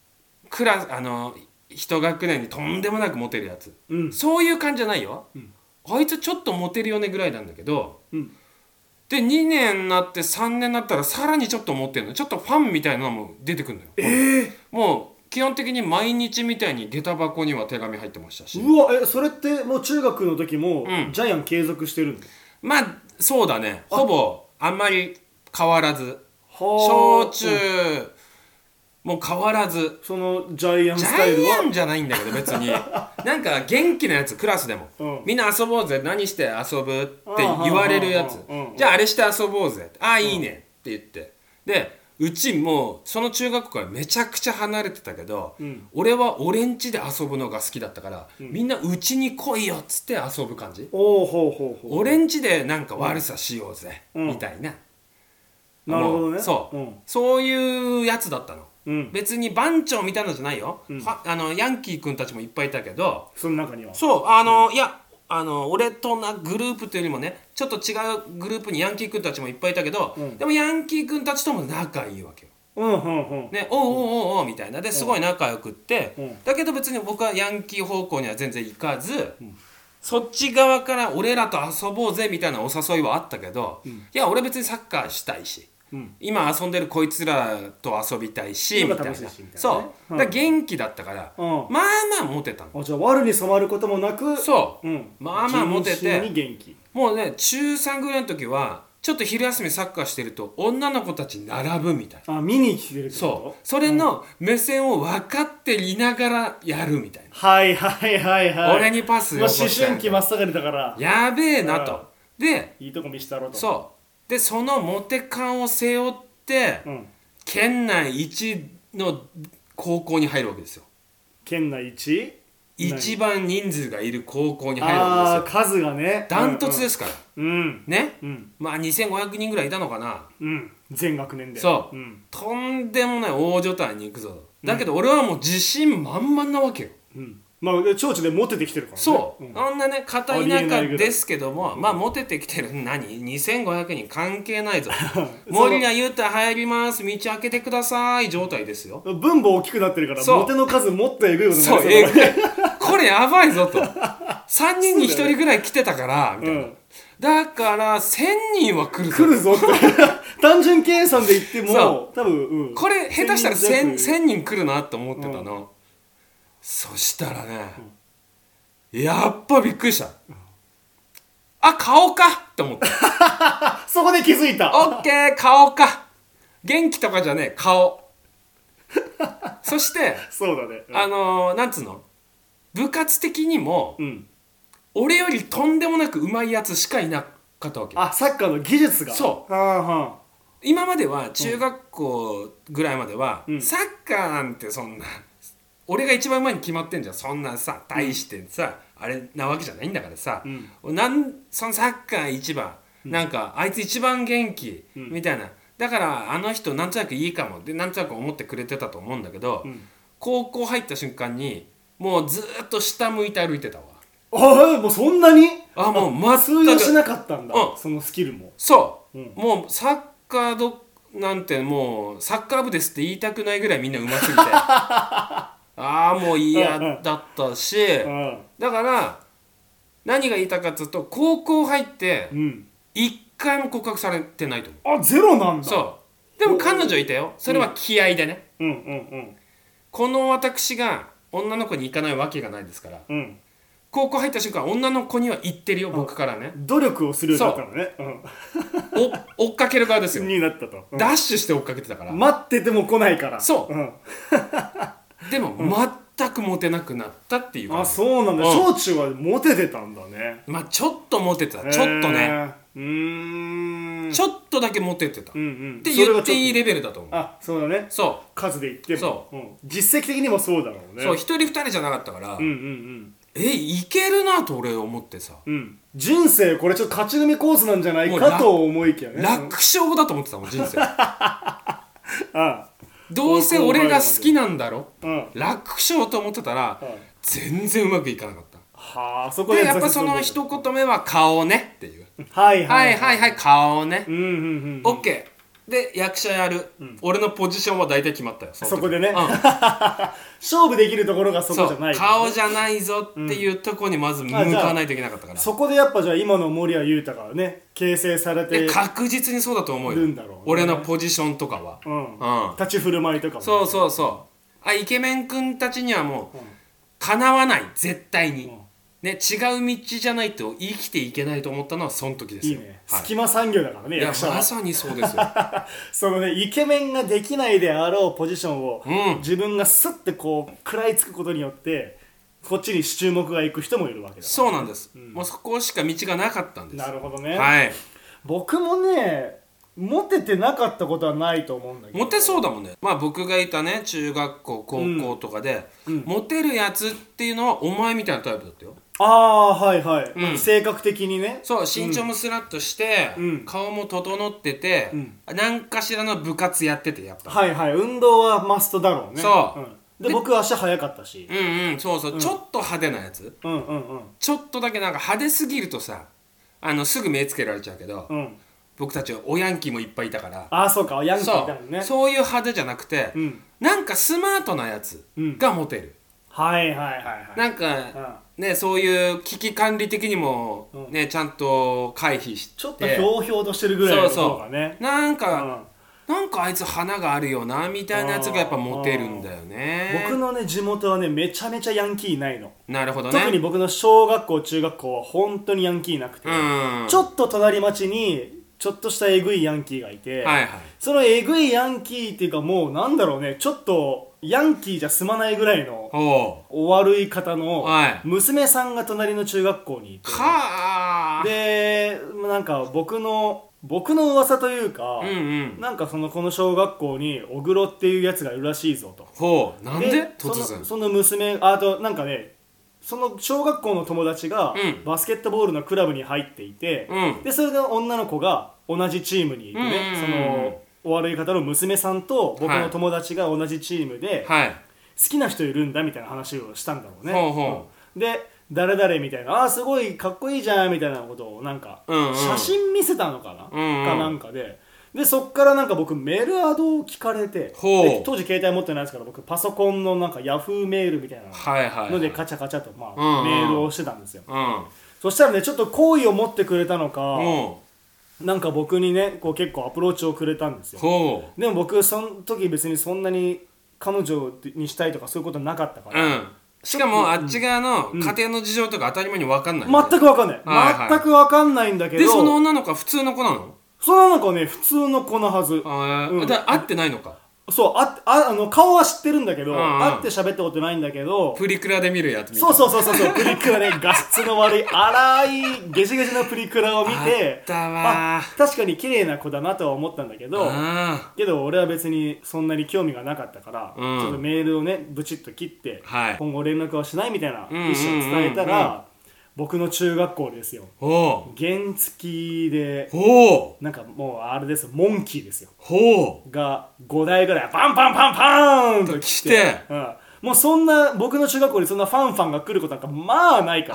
[SPEAKER 2] 一学年にとんでもなくモテるやつ、そういう感じじゃないよ、あいつちょっとモテるよねぐらいなんだけど、で2年になって3年になったらさらにちょっとモテるの。ちょっとファンみたいなのも出てくるのよ。もう基本的に毎日みたいに下駄箱には手紙入ってましたし。
[SPEAKER 1] うわそれってもう中学の時もジャイアン継続してるんだ。
[SPEAKER 2] まあそうだね、ほぼあんまり変わらず、小中、もう変わらず。
[SPEAKER 1] そのジャイアンスタイルは
[SPEAKER 2] ジャイアンじゃないんだけど別になんか元気なやつ、クラスでも、みんな遊ぼうぜ、何して遊ぶって言われるやつ、じゃああれして遊ぼうぜ、いいねって言って、でうちもうその中学校からめちゃくちゃ離れてたけど、俺は俺ん家で遊ぶのが好きだったから、みんなうちに来いよっつって遊ぶ感じ。俺ん家でなんか悪さしようぜ、みたいな。
[SPEAKER 1] なるほどね。
[SPEAKER 2] そういうやつだったの。別に番長みたいなのじゃないよ、ヤンキー君たちもいっぱいいたけど、
[SPEAKER 1] その中には
[SPEAKER 2] そういや俺となグループというよりもねちょっと違うグループにヤンキー君たちもいっぱいいたけど、でもヤンキー君たちとも仲いいわけよ。ね、おうみたいなですごい仲良くって、だけど別に僕はヤンキー方向には全然行かず、そっち側から俺らと遊ぼうぜみたいなお誘いはあったけど、いや俺別にサッカーしたいし、今遊んでるこいつらと遊びたいしみたいな。そうだから元気だったから、まあまあモテたの。
[SPEAKER 1] じゃあ悪に染まることもなく、
[SPEAKER 2] まあまあモテて、
[SPEAKER 1] 元気。
[SPEAKER 2] もうね中3ぐらいの時はちょっと昼休みサッカーしてると女の子たち並ぶみたいな。
[SPEAKER 1] 見に来てるってこと？
[SPEAKER 2] それの目線を分かっていながらやるみたい
[SPEAKER 1] な。
[SPEAKER 2] 俺にパスよこ
[SPEAKER 1] して、思春期真っ盛りだから
[SPEAKER 2] やべえなと。で
[SPEAKER 1] いいとこ見したろと。
[SPEAKER 2] でそのモテ感を背負って、県内一の高校に入るわけですよ。
[SPEAKER 1] 県内一？
[SPEAKER 2] 一番人数がいる高校に入るわけですよ。
[SPEAKER 1] 数がね
[SPEAKER 2] ダントツですから、ね、まあ2500人ぐらいいたのかな、
[SPEAKER 1] 全学年で。
[SPEAKER 2] とんでもない大所帯に行くぞ。だけど俺はもう自信満々なわけよ。
[SPEAKER 1] まあ町々でモテてきてるからね。
[SPEAKER 2] あんなね片田舎ですけども、まあモテてきてる。2500人関係ないぞ森田裕太入ります道開けてください状態ですよ。
[SPEAKER 1] 分母大きくなってるからモテの数もっとえぐいことになる。
[SPEAKER 2] これやばいぞと3人に1人ぐらい来てたからみたいな、だから1000人は来るぞって
[SPEAKER 1] 単純計算で言っても多分、
[SPEAKER 2] これ下手したら 1000人来るなって思ってたの、そしたらね、やっぱびっくりした、顔かって思った
[SPEAKER 1] そこで気づいた。
[SPEAKER 2] オッケー顔か、元気とかじゃねえ顔そして
[SPEAKER 1] そうだね、
[SPEAKER 2] なんつうの、部活的にも、俺よりとんでもなくうまいやつしかいなかったわけ。
[SPEAKER 1] サッカーの技術が。
[SPEAKER 2] 今までは中学校ぐらいまでは、サッカーなんてそんな俺が一番うまいに決まってんじゃん。そんなさ大してさ、あれなわけじゃないんだからさ、そのサッカー一番、なんかあいつ一番元気、みたいな。だからあの人なんとなくいいかもでなんとなく思ってくれてたと思うんだけど、高校入った瞬間にもうずっと下向いて歩いてたわ。
[SPEAKER 1] もうそんなに
[SPEAKER 2] もう
[SPEAKER 1] 通用しなかったんだ、そのスキルも。
[SPEAKER 2] そう、もうサッカーなんてもうサッカー部ですって言いたくないぐらいみんなうますぎてもう嫌だったし、だから何が言いたかったと、高校入って1回も告白されてないと思う。
[SPEAKER 1] ゼロなんだ。
[SPEAKER 2] そうでも彼女いたよ。それは気合でね、この私が女の子に行かないわけがないですから、 高校入った瞬間女の子には言ってるよ、僕からね。
[SPEAKER 1] 努力をするようになったのね。
[SPEAKER 2] 追っかける側ですよ。
[SPEAKER 1] になったと。
[SPEAKER 2] ダッシュして追っかけてたから。
[SPEAKER 1] 待ってても来ないから。
[SPEAKER 2] そう。でも全くモテなくなったっていう感じ。
[SPEAKER 1] そうなんだ。小中はモテてたんだね。
[SPEAKER 2] まあちょっとモテてた。ちょっとね。ちょっとだけモテてた。って言っていいレベルだと思う。
[SPEAKER 1] そうだね。
[SPEAKER 2] そう。
[SPEAKER 1] 数で言っても。実績的にもそうだろうね。
[SPEAKER 2] そう、一人二人じゃなかったから。いけるなと俺思ってさ。
[SPEAKER 1] 人生これちょっと勝ち組コースなんじゃないかと思いきやね。
[SPEAKER 2] 楽勝だと思ってたもん、人生。どうせ俺が好きなんだろ、楽勝と思ってたら、全然うまくいかなかった。そこでやっぱその一言目は顔ねっていう。はい顔ね。オッケーで役者やる。俺のポジションは大体決まったよ。
[SPEAKER 1] そこでね。勝負できるところがそこじゃない。
[SPEAKER 2] 顔じゃないぞっていうところにまず向かないといけなかったから。
[SPEAKER 1] そこでやっぱじゃあ今の守谷裕太がね形成されて
[SPEAKER 2] 確実にそうだと思うよ。俺のポジションとかは。
[SPEAKER 1] 立ち振る舞いとかも。
[SPEAKER 2] そうイケメン君たちにはもうかなわない、絶対に。ね、違う道じゃないと生きていけないと思ったのはその時ですよ。
[SPEAKER 1] いいね。隙間産業だからね、
[SPEAKER 2] 役者は。まさにそうですよ。
[SPEAKER 1] そのね、イケメンができないであろうポジションを、自分がスッてこう食らいつくことによってこっちに注目がいく人もいるわけだ。
[SPEAKER 2] そうなんです。もうそこしか道がなかったんです。
[SPEAKER 1] なるほどね。僕もねモテてなかったことはないと思うんだけど。
[SPEAKER 2] モテそうだもんね。まあ僕がいたね中学校高校とかで、モテるやつっていうのはお前みたいなタイプだったよ。
[SPEAKER 1] 性格的にね。
[SPEAKER 2] そう、身長もスラッとして、顔も整ってて、何かしらの部活やってて、やっぱ
[SPEAKER 1] 運動はマストだろうね。
[SPEAKER 2] そう
[SPEAKER 1] で僕足速かったし。
[SPEAKER 2] そうちょっと派手なやつ。ちょっとだけなんか派手すぎるとさ、すぐ目つけられちゃうけど、僕たちはおヤンキーもいっぱいいたから。
[SPEAKER 1] そうか、おヤンキーいたもんね。
[SPEAKER 2] そういう派手じゃなくて、なんかスマートなやつがモテる。なんかね、そういう危機管理的にもね、ちゃんと回避して、
[SPEAKER 1] ちょっとひょうひょうとしてるぐらいの方がね。
[SPEAKER 2] なんかあいつ花があるよなみたいなやつがやっぱモテるんだよね。
[SPEAKER 1] 僕のね地元はねめちゃめちゃヤンキーいないの。
[SPEAKER 2] なるほどね。
[SPEAKER 1] 特に僕の小学校中学校は本当にヤンキーいなくて、ちょっと隣町にちょっとしたえぐいヤンキーがいて、そのえぐいヤンキーっていうかもうなんだろうね、ちょっとヤンキーじゃ済まないぐらいのお悪い方の娘さんが隣の中学校にいて、でなんか僕の噂というか、なんかこの小学校に小黒っていうやつがいるらしいぞと。
[SPEAKER 2] なんで突然
[SPEAKER 1] その娘、あとなんかね、その小学校の友達がバスケットボールのクラブに入っていて、でそれで女の子が同じチームにいてね、そのお悪い方の娘さんと僕の友達が同じチームで、好きな人いるんだみたいな話をしたんだろうね。で誰々みたいな、すごいかっこいいじゃんみたいなことをなんか写真見せたのかな、かなんかでそっからなんか僕メールアドを聞かれて、当時携帯持ってないですから僕パソコンのなんかヤフーメールみたいなのでカチャカチャとメールをしてたんですよ。そしたらねちょっと好意を持ってくれたのか、なんか僕にねこう結構アプローチをくれたんですよ。でも僕その時別にそんなに彼女にしたいとかそういうことなかったから、
[SPEAKER 2] しかもあっち側の家庭の事情とか当たり前に分かんない、
[SPEAKER 1] 全く分かんない、全く分かんないんだけど、
[SPEAKER 2] でその女の子は普通の子なの？
[SPEAKER 1] その女の子はね普通の子のはず。
[SPEAKER 2] 会ってないのか。
[SPEAKER 1] そう顔は知ってるんだけど、会って喋ったことないんだけど、
[SPEAKER 2] プリクラで見るやつみ
[SPEAKER 1] たいな。そうプリクラね、画質の悪い荒いゲシゲシのプリクラを見て、確かに綺麗な子だなとは思ったんだけど、俺は別にそんなに興味がなかったから、ちょっとメールをねブチッと切って、今後連絡はしないみたいな意思を伝えたら、僕の中学校ですよ、原付でなんかもうあれですよ、モンキーですよが5台ぐらいパンパンパンパンと来て、もうそんな僕の中学校にそんなファンが来ることなんかまあないから、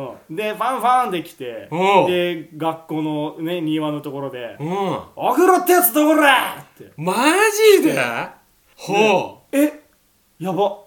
[SPEAKER 1] でファンで来て、で学校のね庭のところで「お風呂ってやつどこら!」って。
[SPEAKER 2] マジで？
[SPEAKER 1] やば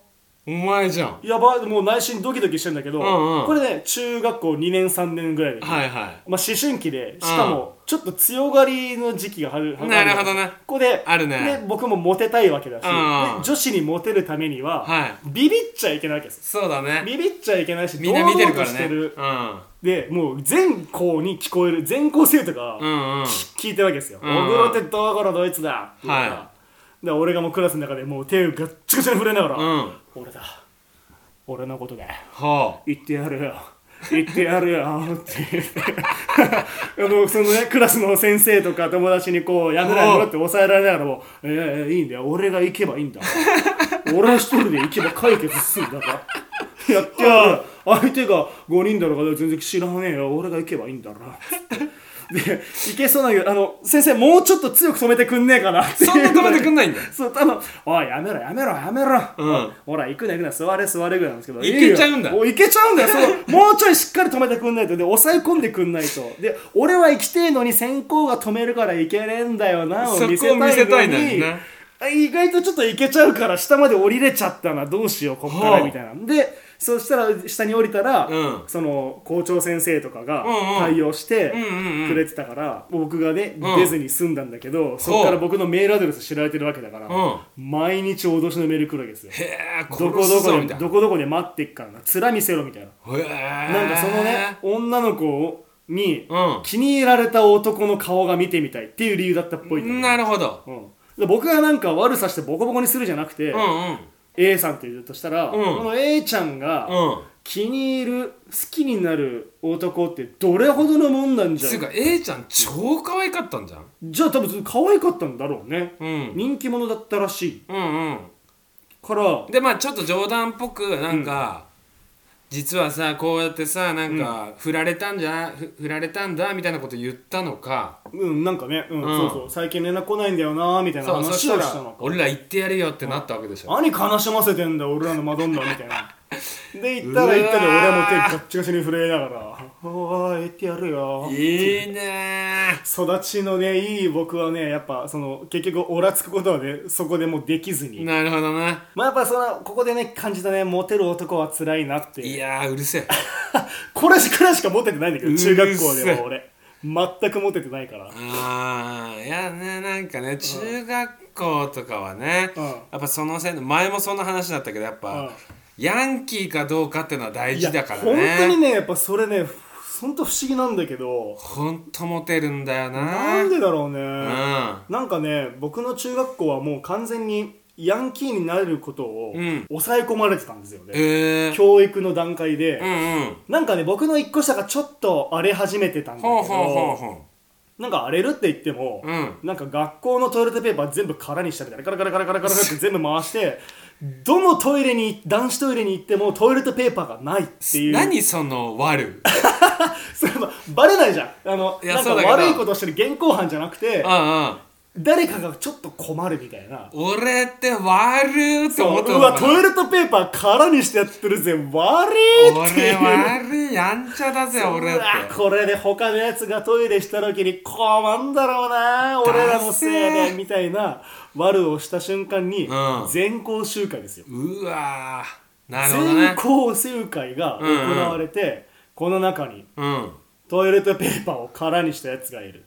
[SPEAKER 2] お前じゃん。
[SPEAKER 1] やばい、もう内心ドキドキしてるんだけど、
[SPEAKER 2] うんうん、
[SPEAKER 1] これね中学校2年3年ぐらいで、
[SPEAKER 2] はいはい、
[SPEAKER 1] まあ、思春期で、しかもちょっと強がりの時期がある。
[SPEAKER 2] なるほどね。
[SPEAKER 1] ここで
[SPEAKER 2] あるね。
[SPEAKER 1] で僕もモテたいわけだし、で
[SPEAKER 2] 女
[SPEAKER 1] 子にモテるためには、
[SPEAKER 2] はい、
[SPEAKER 1] ビビっちゃいけないわけです。
[SPEAKER 2] そうだね。
[SPEAKER 1] ビビっちゃいけないし、
[SPEAKER 2] みんな見てるからね。
[SPEAKER 1] 堂々としてる。でもう全校に聞こえる、全校生徒が、聞いてるわけですよ。お風呂ってどこのドイツだって言うから、で俺がもうクラスの中でもう手をガッチガチに触れながら、俺だ、俺のことだ、言ってやるよ、言ってやるよって言ってそのねクラスの先生とか友達にこうやめろやめろって抑えられながらも、いいんだよ、俺が行けばいいんだ、俺一人で行けば解決するんだからやってやる、相手が5人だろうが全然知らねえよ、俺が行けばいいんだなで、いけそうなんだけど、先生もうちょっと強く止めてくんねえかなっていう。
[SPEAKER 2] そんな止めてくんないんだよ。
[SPEAKER 1] そう、おい、やめろやめろやめろ、ほら、行くな行くな、座れ座れぐらいなんですけど、
[SPEAKER 2] いけちゃうんだ。
[SPEAKER 1] いけちゃうんだよ、もうちょいしっかり止めてくんないと、で、抑え込んでくんないと。で、俺は行きてえのに先行が止めるから行けねえんだよな、
[SPEAKER 2] を見せたいのに。
[SPEAKER 1] 意外とちょっと行けちゃうから下まで降りれちゃったな、どうしようこっからみたいな。でそしたら下に降りたら、その校長先生とかが対応してくれてたから、僕がね、出ずに済んだんだけど、そこから僕のメールアドレス知られてるわけだから、毎日脅しのメール来るわけですよ。どこどこで待ってっからな、面見せろみたいな。なんかそのね女の子に気に入られた男の顔が見てみたいっていう理由だったっぽい。
[SPEAKER 2] なるほど。
[SPEAKER 1] で僕がなんか悪さしてボコボコにするじゃなくて、A さんって言うとしたら、この A ちゃんが気に入る、好きになる男ってどれほどのもんなんじゃん。
[SPEAKER 2] つうか A ちゃん超可愛かったんじゃん。
[SPEAKER 1] じゃあ多分可愛かったんだろうね、人気者だったらしい、から
[SPEAKER 2] でまあちょっと冗談っぽくなんか、実はさこうやってさなんか振られたんだみたいなこと言ったのか、
[SPEAKER 1] なんかね、そうそう最近連絡来ないんだよなみたいな話をしたのか。
[SPEAKER 2] 俺ら言ってやるよってなったわけでしょ。
[SPEAKER 1] 何悲しませてんだ俺らのマドンナみたいなで言ったら俺も手ガッチガチに震えながらおー言ってやるよ。
[SPEAKER 2] いいね
[SPEAKER 1] 育ちのねいい僕はねやっぱその結局オラつくことはねそこでもうできずに。
[SPEAKER 2] なるほどね。
[SPEAKER 1] まあやっぱそのここでね感じたねモテる男は辛いなって。
[SPEAKER 2] いやーうるせえ
[SPEAKER 1] これくらいしかモテてないんだけど中学校でも俺全くモテてないから。
[SPEAKER 2] いやねなんかね中学校とかはね、やっぱそのせい前もそんな話だったけどやっぱ、ヤンキーかどうかっていうのは大事だからね。
[SPEAKER 1] 本当にねやっぱそれね本当不思議なんだけど
[SPEAKER 2] 本当モテるんだよな。
[SPEAKER 1] なんでだろうね、なんかね僕の中学校はもう完全にヤンキーになることを抑え込まれてたんですよね、教育の段階で、なんかね僕の一個下がちょっと荒れ始めてたんだけど、なんか荒れるって言っても、なんか学校のトイレットペーパー全部空にしたみたいなカラカラカラカラカラって全部回してどのトイレに男子トイレに行ってもトイレットペーパーがないっていう。
[SPEAKER 2] 何その悪
[SPEAKER 1] それバレないじゃん。なんか悪いことをしてる現行犯じゃなくて、誰かがちょっと困るみたいな。
[SPEAKER 2] 俺って悪いって思ってた。
[SPEAKER 1] うわトイレットペーパー空にしてやってるぜ悪いっていう。
[SPEAKER 2] 俺悪いやんちゃだぜ俺って。
[SPEAKER 1] これで他のやつがトイレした時に困んだろうな俺らのせいでみたいな悪をした瞬間に全校集会ですよ。
[SPEAKER 2] うわなるほどね。
[SPEAKER 1] 全校集会が行われて、この中にトイレットペーパーを空にしたやつがいる。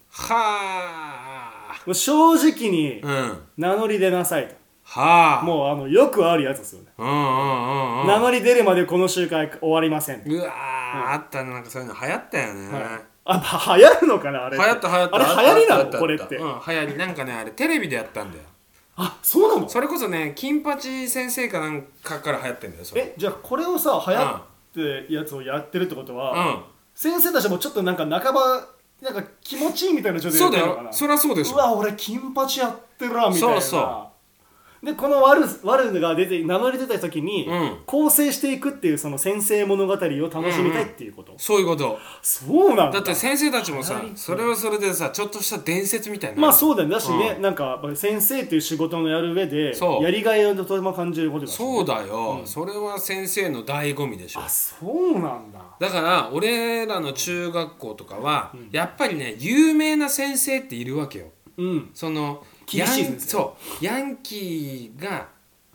[SPEAKER 1] 正直に名乗り出なさいと。もうよくあるやつですよね。名乗り出るまでこの集会終わりません。
[SPEAKER 2] うわあったね。なんかそういうの流行ったよね。
[SPEAKER 1] 流行るのかなあれ。
[SPEAKER 2] 流行った。
[SPEAKER 1] あれ流行りなのこれって。
[SPEAKER 2] 流行り。なんかねあれテレビでやったんだよ。
[SPEAKER 1] あ、そうなの。
[SPEAKER 2] それこそね金八先生かなんかから流行ってんだよ。
[SPEAKER 1] じゃあこれをさ流行ってやつをやってるってことは、先生たちもちょっとなんか半ばなんか気持ちいいみたいな状態でやってるのかな。
[SPEAKER 2] そうだよ。そりゃそうでしょ。
[SPEAKER 1] うわ俺金八やってるなみたいな。そうでこの悪が出て名乗り出た時に、構成していくっていうその先生物語を楽しみたいっていうこと、
[SPEAKER 2] そういうこと。
[SPEAKER 1] そうなんだ。
[SPEAKER 2] だって先生たちもさそれはそれでさちょっとした伝説みたいな。
[SPEAKER 1] まあそうだよね。だしね、なんか先生っていう仕事のやる上でやりがいをとても感じることだし、
[SPEAKER 2] そうだよ、それは先生の醍醐味でしょ。
[SPEAKER 1] そうなんだ。
[SPEAKER 2] だから俺らの中学校とかは、やっぱりね有名な先生っているわけよ。その
[SPEAKER 1] 厳しい先生。
[SPEAKER 2] そうヤンキーが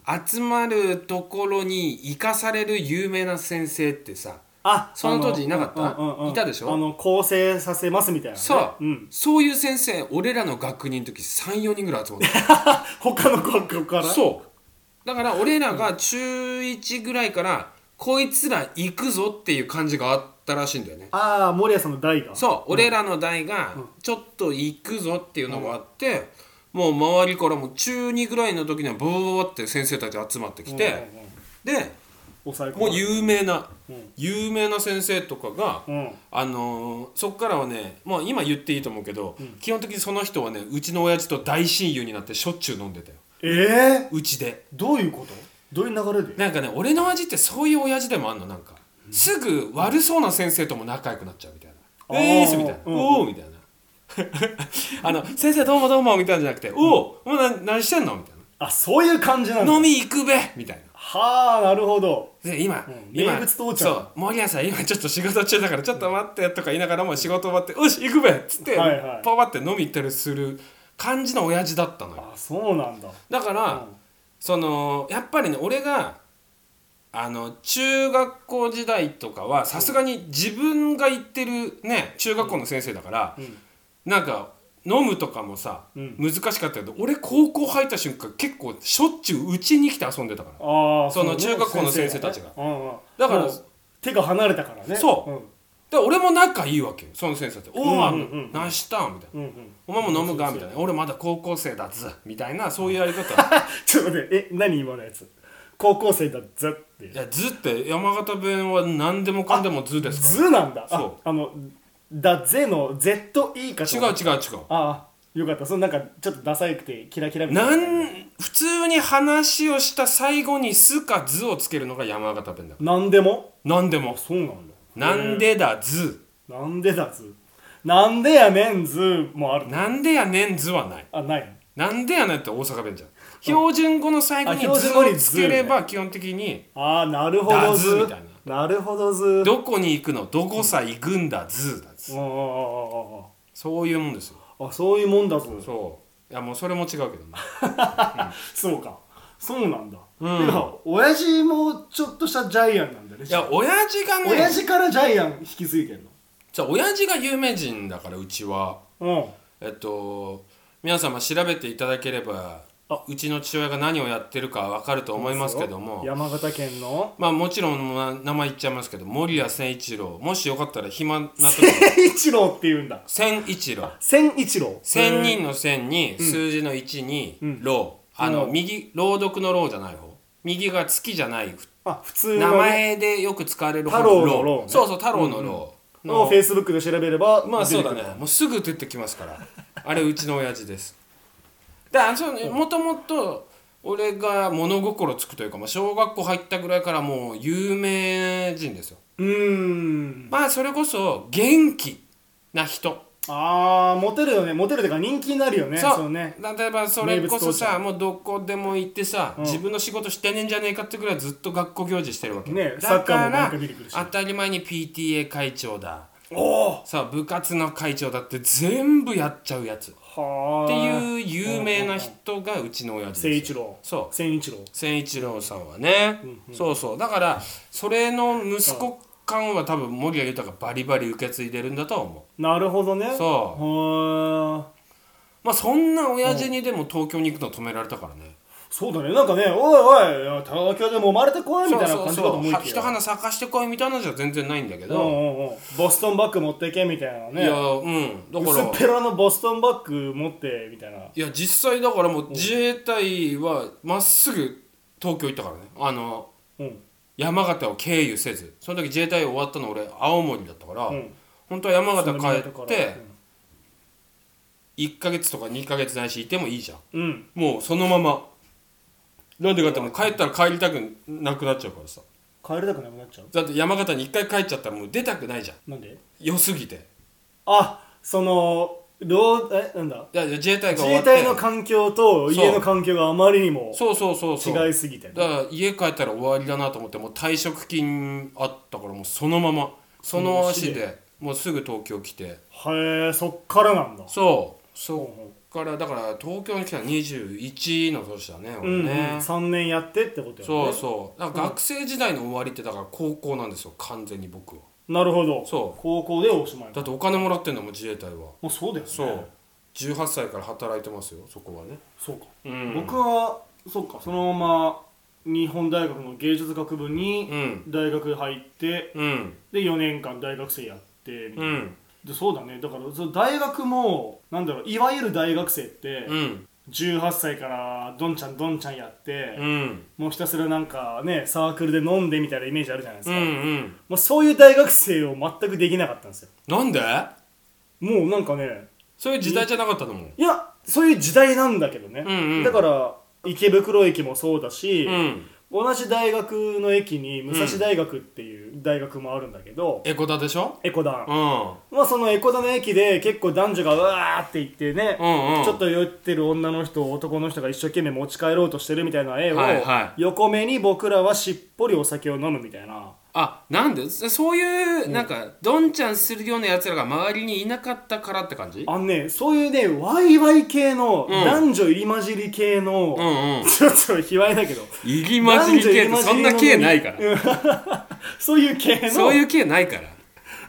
[SPEAKER 2] 集まるところに行かされる有名な先生ってさ、その当時いなかった？いたでしょ？
[SPEAKER 1] 構成させますみたいな、ね、
[SPEAKER 2] そう、そういう先生俺らの学年の時 3,4 人ぐらい集まって
[SPEAKER 1] 他の学校から。
[SPEAKER 2] そうだから俺らが中1ぐらいからこいつら行くぞっていう感じがあったらしいんだよね。
[SPEAKER 1] 森谷さんの代が。
[SPEAKER 2] そう、俺らの代がちょっと行くぞっていうのがあって、もう周りからも中2ぐらいの時にはボーって先生たち集まってきて、でもう有名な先生とかが、そっからはね、もう今言っていいと思うけど、基本的にその人はねうちの親父と大親友になってしょっちゅう飲んでたよ。うちで。
[SPEAKER 1] どういうこと？どういう流れで？
[SPEAKER 2] なんかね、俺の親父ってそういう親父でもあんの。なんかすぐ悪そうな先生とも仲良くなっちゃうみたいな。みたいな。おおみたいな。先生どうもどうもみたいなんじゃなくて、お何してんのみたいな。
[SPEAKER 1] そういう感じなんだ。
[SPEAKER 2] 飲み行くべみたいな。
[SPEAKER 1] なるほど。
[SPEAKER 2] で今
[SPEAKER 1] 名物父ちゃん。
[SPEAKER 2] そう森谷さん今ちょっと仕事中だからちょっと待ってとか言いながらも仕事終わってよし行くべっつってパパって飲み行ったりする感じの親父だったのよ。
[SPEAKER 1] そうなんだ。
[SPEAKER 2] だから、やっぱりね俺が中学校時代とかはさすがに自分が行ってるね中学校の先生だから、なんか飲むとかもさ、難しかったけど俺高校入った瞬間結構しょっちゅううちに来て遊んでたから、その中学校の先生たちが、だから
[SPEAKER 1] 手が離れたからね。
[SPEAKER 2] で俺も仲いいわけよその先生って。おお何したんみたいな、お前も飲むかみたいな。俺まだ高校生だぜみたいな、そういうやり方
[SPEAKER 1] ちょっと待って、何今のやつ？高校生だぜって。
[SPEAKER 2] いやずって山形弁は何でもかんでもずです
[SPEAKER 1] から。ずなんだ。
[SPEAKER 2] そう
[SPEAKER 1] だぜの ZE か。
[SPEAKER 2] 違う
[SPEAKER 1] よかった。そのなんかちょっとダサいくてキラキラみたいな。
[SPEAKER 2] 普通に話をした最後にすかずをつけるのが山形弁だから。
[SPEAKER 1] なんでもそうなんだ。
[SPEAKER 2] なんでだず。
[SPEAKER 1] なんでだず。なんでやねんずもある。
[SPEAKER 2] なんでやねんずはない。
[SPEAKER 1] ない。
[SPEAKER 2] なんでやねんって大阪弁じゃん。標準語の最後にずをつければ基本的に
[SPEAKER 1] なるほど
[SPEAKER 2] だずみたいな。
[SPEAKER 1] なるほどず。
[SPEAKER 2] どこに行くの？どこさ行くんだずだず。そういうもんですよ。
[SPEAKER 1] そういうもんだぞ。
[SPEAKER 2] そう。いやもうそれも違うけどね。
[SPEAKER 1] そうか。そうなんだ。親父もちょっとしたジャイアンなんだね。
[SPEAKER 2] いや親父がね。
[SPEAKER 1] 親父からジャイアン引き継いでんの。
[SPEAKER 2] じゃあ親父が有名人だからうちは。皆様調べていただければうちの父親が何をやってるか分かると思いますけども、
[SPEAKER 1] 山形県の
[SPEAKER 2] もちろん名前言っちゃいますけど森谷千一郎、もしよかったら暇な時
[SPEAKER 1] 千一郎って言うんだ。
[SPEAKER 2] 千一郎。
[SPEAKER 1] 千
[SPEAKER 2] 人の千に数字の1に郎、右朗読の郎じゃない方、右が月じゃない
[SPEAKER 1] 普通
[SPEAKER 2] の名前でよく使われる
[SPEAKER 1] 方の郎。
[SPEAKER 2] そう太郎の郎
[SPEAKER 1] のフェイスブックで調べれば
[SPEAKER 2] そうだね、もうすぐ出てきますからあれうちの親父です。もともと俺が物心つくというか、小学校入ったぐらいからもう有名人ですよ。それこそ元気な人。
[SPEAKER 1] モテるよね。モテるってか人気になるよね。
[SPEAKER 2] そうね。例えばそれこそさ、もうどこでも行ってさ、自分の仕事してねえんじゃねえかってぐらいずっと学校行事してるわけ
[SPEAKER 1] ね。サッカーもなんか見てくるし、
[SPEAKER 2] 当たり前に PTA 会長だ、部活の会長だって全部やっちゃうやつっていう有名な人がうちの親父です。
[SPEAKER 1] 千一郎。
[SPEAKER 2] そう
[SPEAKER 1] 千
[SPEAKER 2] 一郎さんはね、そうだからそれの息子感は多分森谷豊がバリバリ受け継いでるんだと思
[SPEAKER 1] う。なるほどね。
[SPEAKER 2] そんな親父にでも東京に行くの止められたからね。
[SPEAKER 1] そうだね。なんかね、おい東京でも生まれてこいみたいな感じかと思いきや、
[SPEAKER 2] 一花咲かしてこいみたいなのじゃ全然ないんだけど、
[SPEAKER 1] ボストンバッグ持ってけみたいなね。
[SPEAKER 2] いやだから
[SPEAKER 1] 薄っぺらのボストンバッグ持ってみたいな。
[SPEAKER 2] いや実際だからもう自衛隊はまっすぐ東京行ったからね。山形を経由せず、その時自衛隊終わったの俺青森だったから、本当は山形帰って1ヶ月とか2ヶ月ないしいてもいいじゃん、もうそのまま。なんでかってもう帰ったら帰りたくなくなっちゃうからさ。
[SPEAKER 1] 帰りたくなくなっちゃう。
[SPEAKER 2] だって山形に1回帰っちゃったらもう出たくないじゃん。
[SPEAKER 1] なんで？
[SPEAKER 2] 良すぎて。
[SPEAKER 1] なんだ。
[SPEAKER 2] いや自衛隊が終わって、
[SPEAKER 1] 自衛隊の環境と家の環境があまりにも違いすぎて、
[SPEAKER 2] だから家帰ったら終わりだなと思って、もう退職金あったからもうそのままその足でもうすぐ東京来て。
[SPEAKER 1] そっからなんだ。
[SPEAKER 2] そっからだから東京に来たら21の年だね、俺ね、
[SPEAKER 1] 3年やってってことよね。
[SPEAKER 2] そうそう、だから学生時代の終わりってだから高校なんですよ、完全に僕は。
[SPEAKER 1] なるほど。
[SPEAKER 2] そう、
[SPEAKER 1] 高校でおしまい。
[SPEAKER 2] だってお金もらってんだもん、自衛隊は。
[SPEAKER 1] もうそうだよね。
[SPEAKER 2] そう、18歳から働いてますよ、そこはね。
[SPEAKER 1] そうか、僕はそうか、そのまま日本大学の芸術学部に大学入って、で4年間大学生やってみたいな、でそうだね、だからその大学もなんだろう、いわゆる大学生って、18歳からどんちゃんどんちゃんやって、もうひたすらなんかねサークルで飲んでみたいなイメージあるじゃないですか、もうそういう大学生を全くできなかったんですよ。
[SPEAKER 2] なんで？
[SPEAKER 1] もうなんかね、
[SPEAKER 2] そういう時代じゃなかったのも。
[SPEAKER 1] いや、そういう時代なんだけどね、だから池袋駅もそうだし、同じ大学の駅に武蔵大学っていう大学もあるんだけど、
[SPEAKER 2] エコダでしょ？
[SPEAKER 1] エコダ、まあそのエコダの駅で結構男女がうわーって言ってね、ちょっと酔ってる女の人男の人が一生懸命持ち帰ろうとしてるみたいな絵を、横目に僕らはしっぽりお酒を飲むみたいな。
[SPEAKER 2] あ、なんでそういうなんかどんちゃんするようなやつらが周りにいなかったからって感じ？
[SPEAKER 1] そういうねワイワイ系の、男女入り混じり系の、ちょっと卑猥だけど
[SPEAKER 2] 入り混じり系ってそんな系ないから
[SPEAKER 1] そういう系の、
[SPEAKER 2] そういう系ないから。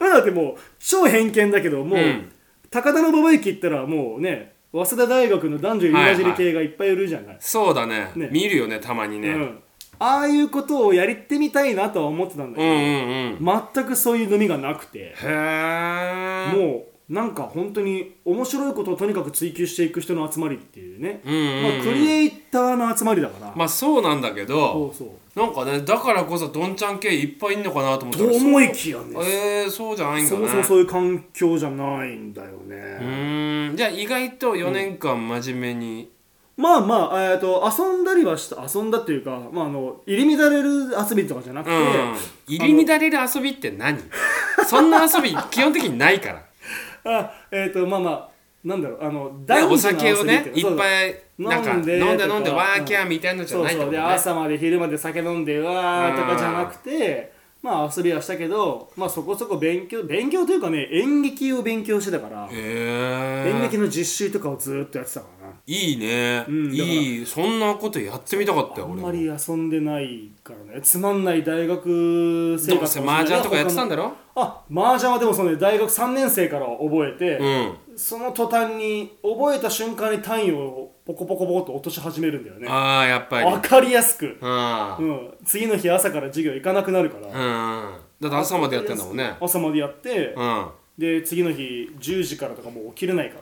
[SPEAKER 1] だってもう超偏見だけど、もう、高田馬場駅行ったらもうね早稲田大学の男女入り混じり系がいっぱいいるじゃない、
[SPEAKER 2] そうだね、見るよね、たまにね、
[SPEAKER 1] ああいうことをやってみたいなとは思ってたんだけど、全くそういう飲みがなくて、もうなんか本当に面白いことをとにかく追求していく人の集まりっていうね、クリエイターの集まりだから。
[SPEAKER 2] まあそうなんだけど、なんかね、だからこそどんちゃん系いっぱいいんのかなと思ったら、
[SPEAKER 1] と思いきやね、
[SPEAKER 2] そうじゃないんだね。
[SPEAKER 1] そもそもそういう環境じゃないんだよね。
[SPEAKER 2] じゃあ意外と4年間真面目に、
[SPEAKER 1] まあまあ、遊んだりはした、遊んだっていうか、まあ入り乱れる遊びとかじゃなくて、
[SPEAKER 2] 入り乱れる遊びって何？そんな遊び基本的にないから。
[SPEAKER 1] まあまあ、なんだろう、
[SPEAKER 2] お酒をね、いっぱいなんか飲んでワーキャーみたいなのじゃないってことね。
[SPEAKER 1] で朝まで昼まで酒飲んでわーとかじゃなくて、まあ遊びはしたけど、まあそこそこ勉強というかね、演劇を勉強してたから、演劇の実習とかをずっとやってたからな。
[SPEAKER 2] いいね、いい、そんなことやってみたかったよ。
[SPEAKER 1] あんまり遊んでないからね、つまんない大学生活。
[SPEAKER 2] どうせ麻雀とかやってたんだろ？
[SPEAKER 1] 麻雀はでもその、ね、大学3年生から覚えて、その途端に覚えた瞬間に単位をポコポコポコと落とし始めるんだよね。
[SPEAKER 2] やっぱり
[SPEAKER 1] 分かりやすく、次の日朝から授業行かなくなるから、
[SPEAKER 2] だって朝までやってんだもんね。
[SPEAKER 1] 朝までやって、で次の日10時からとかもう起きれないから、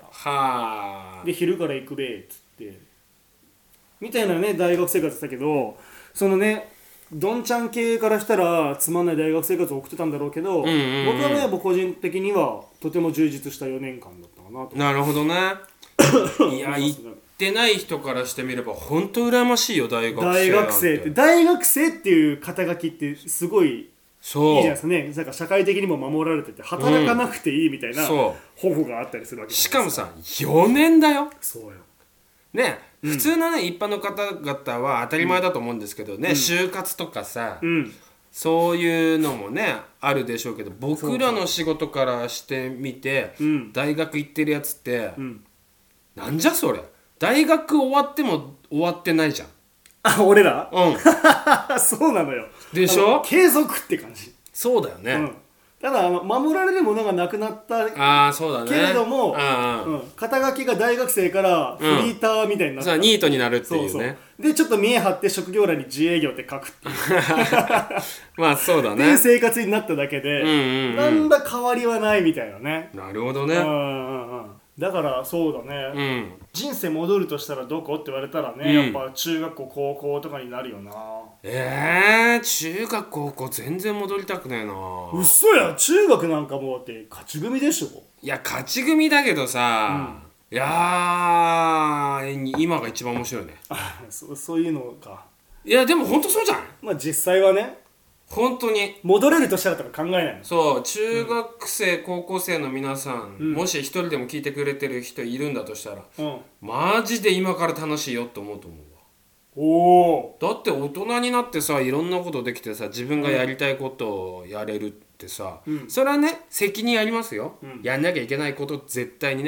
[SPEAKER 1] で昼から行くべっつってみたいなね大学生活だけど、そのねどんちゃん系からしたらつまんない大学生活を送ってたんだろうけど、僕はね個人的にはとても充実した4年間だったかなと。
[SPEAKER 2] なるほどねいや、行ってない人からしてみれば本当羨ましいよ、大学生って。
[SPEAKER 1] 大学生っていう肩書きってすごいいいじゃないですかね。なんか社会的にも守られてて働かなくていいみたいな保護があったりするわけじゃないですか。
[SPEAKER 2] しかもさ4年だよ。
[SPEAKER 1] そうよ
[SPEAKER 2] ね、普通のね一般の方々は当たり前だと思うんですけどね、就活とかさ、そういうのもねあるでしょうけど、僕らの仕事からしてみて、大学行ってるやつって、なんじゃそれ、大学終わっても終わってないじゃん。
[SPEAKER 1] 俺ら？そうなのよ。
[SPEAKER 2] でしょ？
[SPEAKER 1] 継続って感じ。
[SPEAKER 2] そうだよね。
[SPEAKER 1] ただ守られるものがなくなった
[SPEAKER 2] そうだね、
[SPEAKER 1] けれども、肩書きが大学生からフリーターみたいになった、
[SPEAKER 2] ニートになるっていうね。
[SPEAKER 1] でちょっと見え張って職業欄に自営業って書くっていう
[SPEAKER 2] まあそうだね
[SPEAKER 1] っていう生活になっただけで、なんだ変わりはないみたいなね。
[SPEAKER 2] なるほどね。
[SPEAKER 1] だからそうだね、人生戻るとしたらどこって言われたらね、やっぱ中学校高校とかになるよな。
[SPEAKER 2] 中学高校全然戻りたくねえな。
[SPEAKER 1] 嘘や、中学なんかもうって勝ち組でしょ。
[SPEAKER 2] いや勝ち組だけどさ、いや今が一番面白いね
[SPEAKER 1] そういうのか。
[SPEAKER 2] いやでも本当そうじゃん。
[SPEAKER 1] まあ実際はね、
[SPEAKER 2] 本当に
[SPEAKER 1] 戻れるとしたらとか考えないの。
[SPEAKER 2] そう中学生、高校生の皆さん、もし一人でも聞いてくれてる人いるんだとしたら、マジで今から楽しいよって思うと思うわ。だって大人になってさ、いろんなことできてさ、自分がやりたいことをやれるってさ、それはね責任ありますよ、やんなきゃいけないこと絶対にね。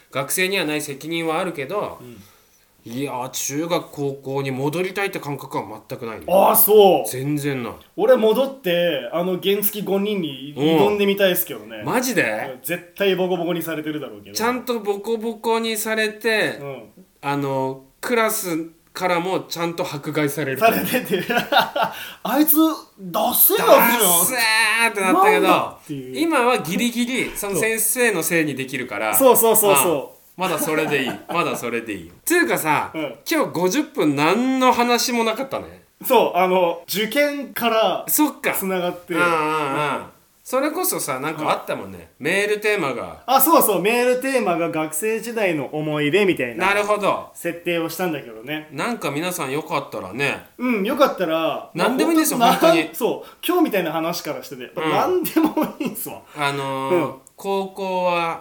[SPEAKER 2] 学生にはない責任はあるけど、いや中学高校に戻りたいって感覚は全くないね。
[SPEAKER 1] ああそう
[SPEAKER 2] 全然ない。
[SPEAKER 1] 俺戻って原付5人に挑んでみたいですけどね。
[SPEAKER 2] マジで
[SPEAKER 1] 絶対ボコボコにされてるだろうけど、
[SPEAKER 2] ちゃんとボコボコにされて、クラスからもちゃんと迫害される。
[SPEAKER 1] されててあいつダッセー
[SPEAKER 2] ダ
[SPEAKER 1] なじ
[SPEAKER 2] ッセーってなったけど、今はギリギリその先生のせいにできるから、
[SPEAKER 1] そう
[SPEAKER 2] まだそれでいいまだそれでいい。つうかさ、今日50分何の話もなかったね。
[SPEAKER 1] そう受験から
[SPEAKER 2] そっか
[SPEAKER 1] つながって、
[SPEAKER 2] それこそさなんかあったもんね、メールテーマが。
[SPEAKER 1] そうメールテーマが学生時代の思い出みたいな。
[SPEAKER 2] なるほど。
[SPEAKER 1] 設定をしたんだけどね。
[SPEAKER 2] なんか皆さんよかったらね、
[SPEAKER 1] よかったら
[SPEAKER 2] 何でもいいんですよ、本当に。
[SPEAKER 1] そう今日みたいな話からしてて、何でもいいんすわ。
[SPEAKER 2] 高校は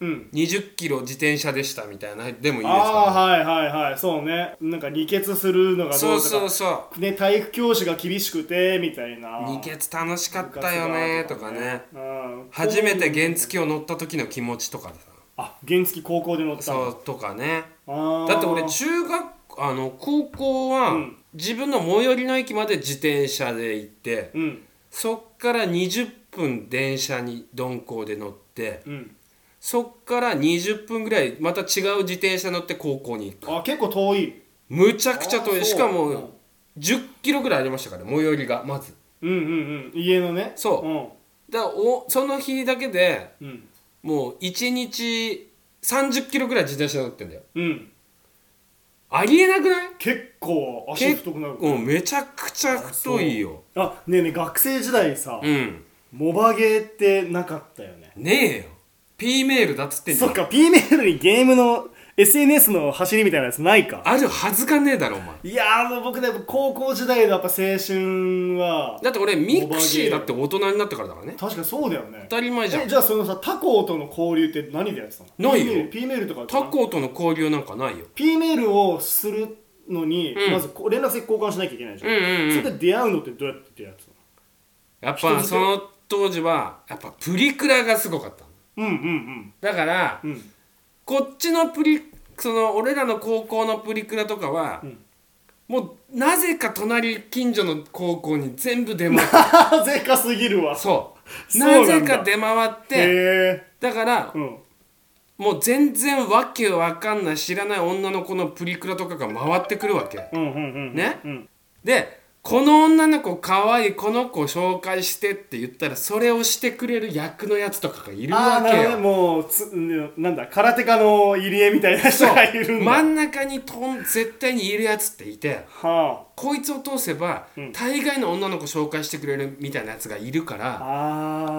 [SPEAKER 2] 20キロ自転車でしたみたいなでもいいですか、ね、
[SPEAKER 1] はいそうね。なんか二欠するのがどうとか、
[SPEAKER 2] そう
[SPEAKER 1] ね、体育教師が厳しくてみたいな。
[SPEAKER 2] 二欠楽しかったよねとかね、初めて原付を乗った時の気持ちとか
[SPEAKER 1] さ、原付高校で乗った
[SPEAKER 2] そうとかね。だって俺高校は、自分の最寄りの駅まで自転車で行って、そっから20分電車に鈍行で乗って、そっから20分ぐらいまた違う自転車乗って高校に行く。
[SPEAKER 1] 結構遠い。
[SPEAKER 2] むちゃくちゃ遠い。しかも10キロぐらいありましたから、最寄りがまず。
[SPEAKER 1] 家のね。
[SPEAKER 2] そう、だからその日だけで、もう1日30キロぐらい自転車乗ってんだよ。ありえなくない？
[SPEAKER 1] 結構足太くなる。
[SPEAKER 2] めちゃくちゃ太いよ。
[SPEAKER 1] ねえ学生時代さ、モバゲーってなかったよね。
[SPEAKER 2] ねえよ。P メールだっつってんじゃん。
[SPEAKER 1] そっか、 P メールにゲームの SNS の走りみたいなやつないか。
[SPEAKER 2] あるはずがねえだろお前。
[SPEAKER 1] いや僕ね高校時代のやっぱ青春は
[SPEAKER 2] だって俺ミクシーだって大人になってからだからね。
[SPEAKER 1] 確かにそうだよね。
[SPEAKER 2] 当たり前じゃん。
[SPEAKER 1] じゃあそのさ他校との交流って何でやってたの？
[SPEAKER 2] ないよ。
[SPEAKER 1] P メールとか。
[SPEAKER 2] 他校との交流なんかないよ。
[SPEAKER 1] P メールをするのに、まず連絡先交換しなきゃいけないじゃん。それで出会うのってどうやって出会ってたの？
[SPEAKER 2] やっぱその当時はやっぱプリクラがすごかったの。だから、こっちのその俺らの高校のプリクラとかは、もうなぜか近所の高校に全部出回って
[SPEAKER 1] なぜかすぎるわ。
[SPEAKER 2] なぜか出回ってだから、もう全然わけわかんない知らない女の子のプリクラとかが回ってくるわけね。でこの女の子かわいい、この子紹介してって言ったらそれをしてくれる役のやつとかがいるわけよ。
[SPEAKER 1] もうなんだ空手家の入江みたいな人がいるんだ。
[SPEAKER 2] 真ん中に絶対にいるやつっていて、こいつを通せば、大概の女の子紹介してくれるみたいなやつがいるから、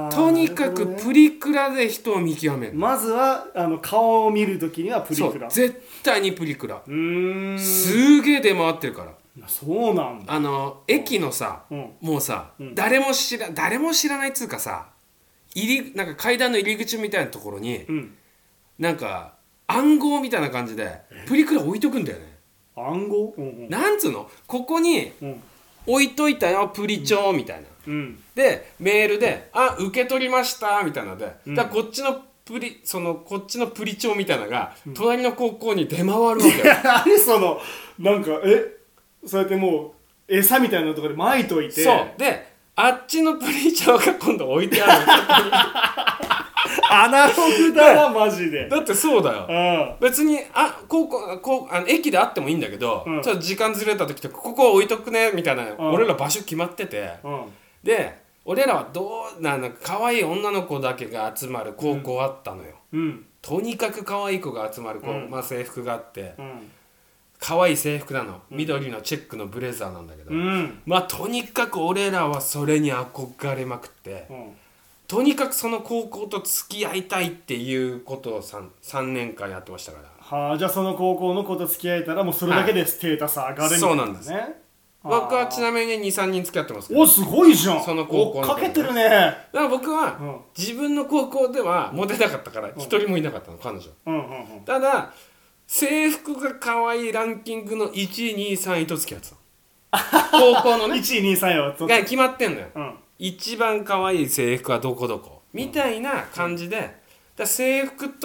[SPEAKER 2] とにかくプリクラで人を見極める。
[SPEAKER 1] まずは顔を見るときにはプリクラ。
[SPEAKER 2] 絶対にプリクラ。すげえ出回ってるから。
[SPEAKER 1] そうなんだ。
[SPEAKER 2] 駅のさ、もうさ、誰も知らないっつうかさ、なんか階段の入り口みたいなところに、なんか暗号みたいな感じでプリクラ置いとくんだよね。
[SPEAKER 1] 暗号？
[SPEAKER 2] なんつうの、ここに置いといたよプリ帳みたいな、でメールで受け取りましたみたいなので、だからこっちのプリ帳みたいなのが隣の高校に出回るわけよ。
[SPEAKER 1] なんかそうやってもう餌みたいなところで巻いといて、
[SPEAKER 2] そうであっちのプリ帳が今度置いてある。
[SPEAKER 1] アナログだなマジで。
[SPEAKER 2] だってそうだよ。別に駅であってもいいんだけど、ちょっと時間ずれた時とかここ置いとくねみたいな、俺ら場所決まってて、で俺らはなんか可愛い女の子だけが集まる高校あったのよ。とにかく可愛い子が集まる制服があって。可愛い制服なの、緑のチェックのブレザーなんだけど、とにかく俺らはそれに憧れまくって、とにかくその高校と付き合いたいっていうことを 3年間やってましたから。
[SPEAKER 1] じゃあその高校の子と付き合えたらもうそれだけでステータス上がるみたいなね。
[SPEAKER 2] そうなんです。僕はちなみに 2,3 人付き合ってますけど。
[SPEAKER 1] すごいじゃん。
[SPEAKER 2] その高校の
[SPEAKER 1] かけてるね。
[SPEAKER 2] だから僕は、自分の高校ではモテなかったから一人もいなかったの、彼女。ただ制服が可愛いランキングの1位2位3位と付き合ってた。高校のね
[SPEAKER 1] 1位2位3位は
[SPEAKER 2] が決まってんのよ、一番可愛い制服はどこどこみたいな感じで、制服と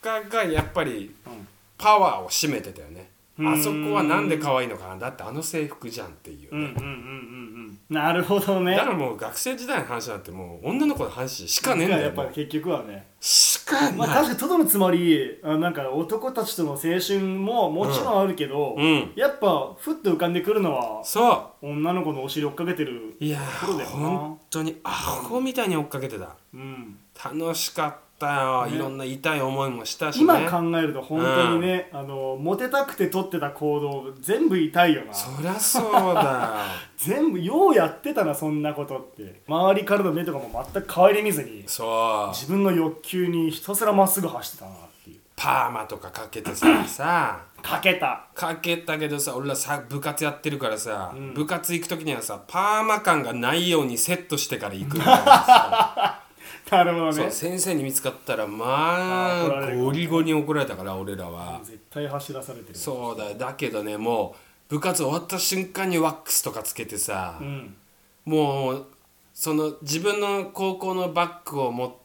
[SPEAKER 2] カがやっぱりパワーを占めてたよね。あそこはなんで可愛いのかな、だってあの制服じゃんっていうね。
[SPEAKER 1] なるほどね。
[SPEAKER 2] だからもう学生時代の話なんてもう女の子の話しかねえんだよ。
[SPEAKER 1] やっぱ結局はね
[SPEAKER 2] しかない。
[SPEAKER 1] まあ確かにトドのつまりなんか男たちとの青春ももちろんあるけど、やっぱふっと浮かんでくるのは
[SPEAKER 2] そう
[SPEAKER 1] 女の子のお尻追っかけてる
[SPEAKER 2] いやー本当にアホみたいに追っかけてた、楽しかったよ、いろんな痛い思いもしたしね。
[SPEAKER 1] 今考えると本当にね、モテたくて取ってた行動全部痛いよな。
[SPEAKER 2] そりゃそうだよ
[SPEAKER 1] 全部ようやってたなそんなことって。周りからの目とかも全く顧みずに
[SPEAKER 2] そう
[SPEAKER 1] 自分の欲求にひたすらまっすぐ走ってたなっていう。
[SPEAKER 2] パーマとかかけてさ
[SPEAKER 1] かけた
[SPEAKER 2] けどさ、俺らさ部活やってるからさ、部活行く時にはさパーマ感がないようにセットしてから行くみたいなさ
[SPEAKER 1] なるほどね。
[SPEAKER 2] そう先生に見つかったらまあゴリゴリに怒られたから、俺らは
[SPEAKER 1] 絶対走らされてる。
[SPEAKER 2] そうだよ。だけどね、もう部活終わった瞬間にワックスとかつけてさ、もうその自分の高校のバッグを持って、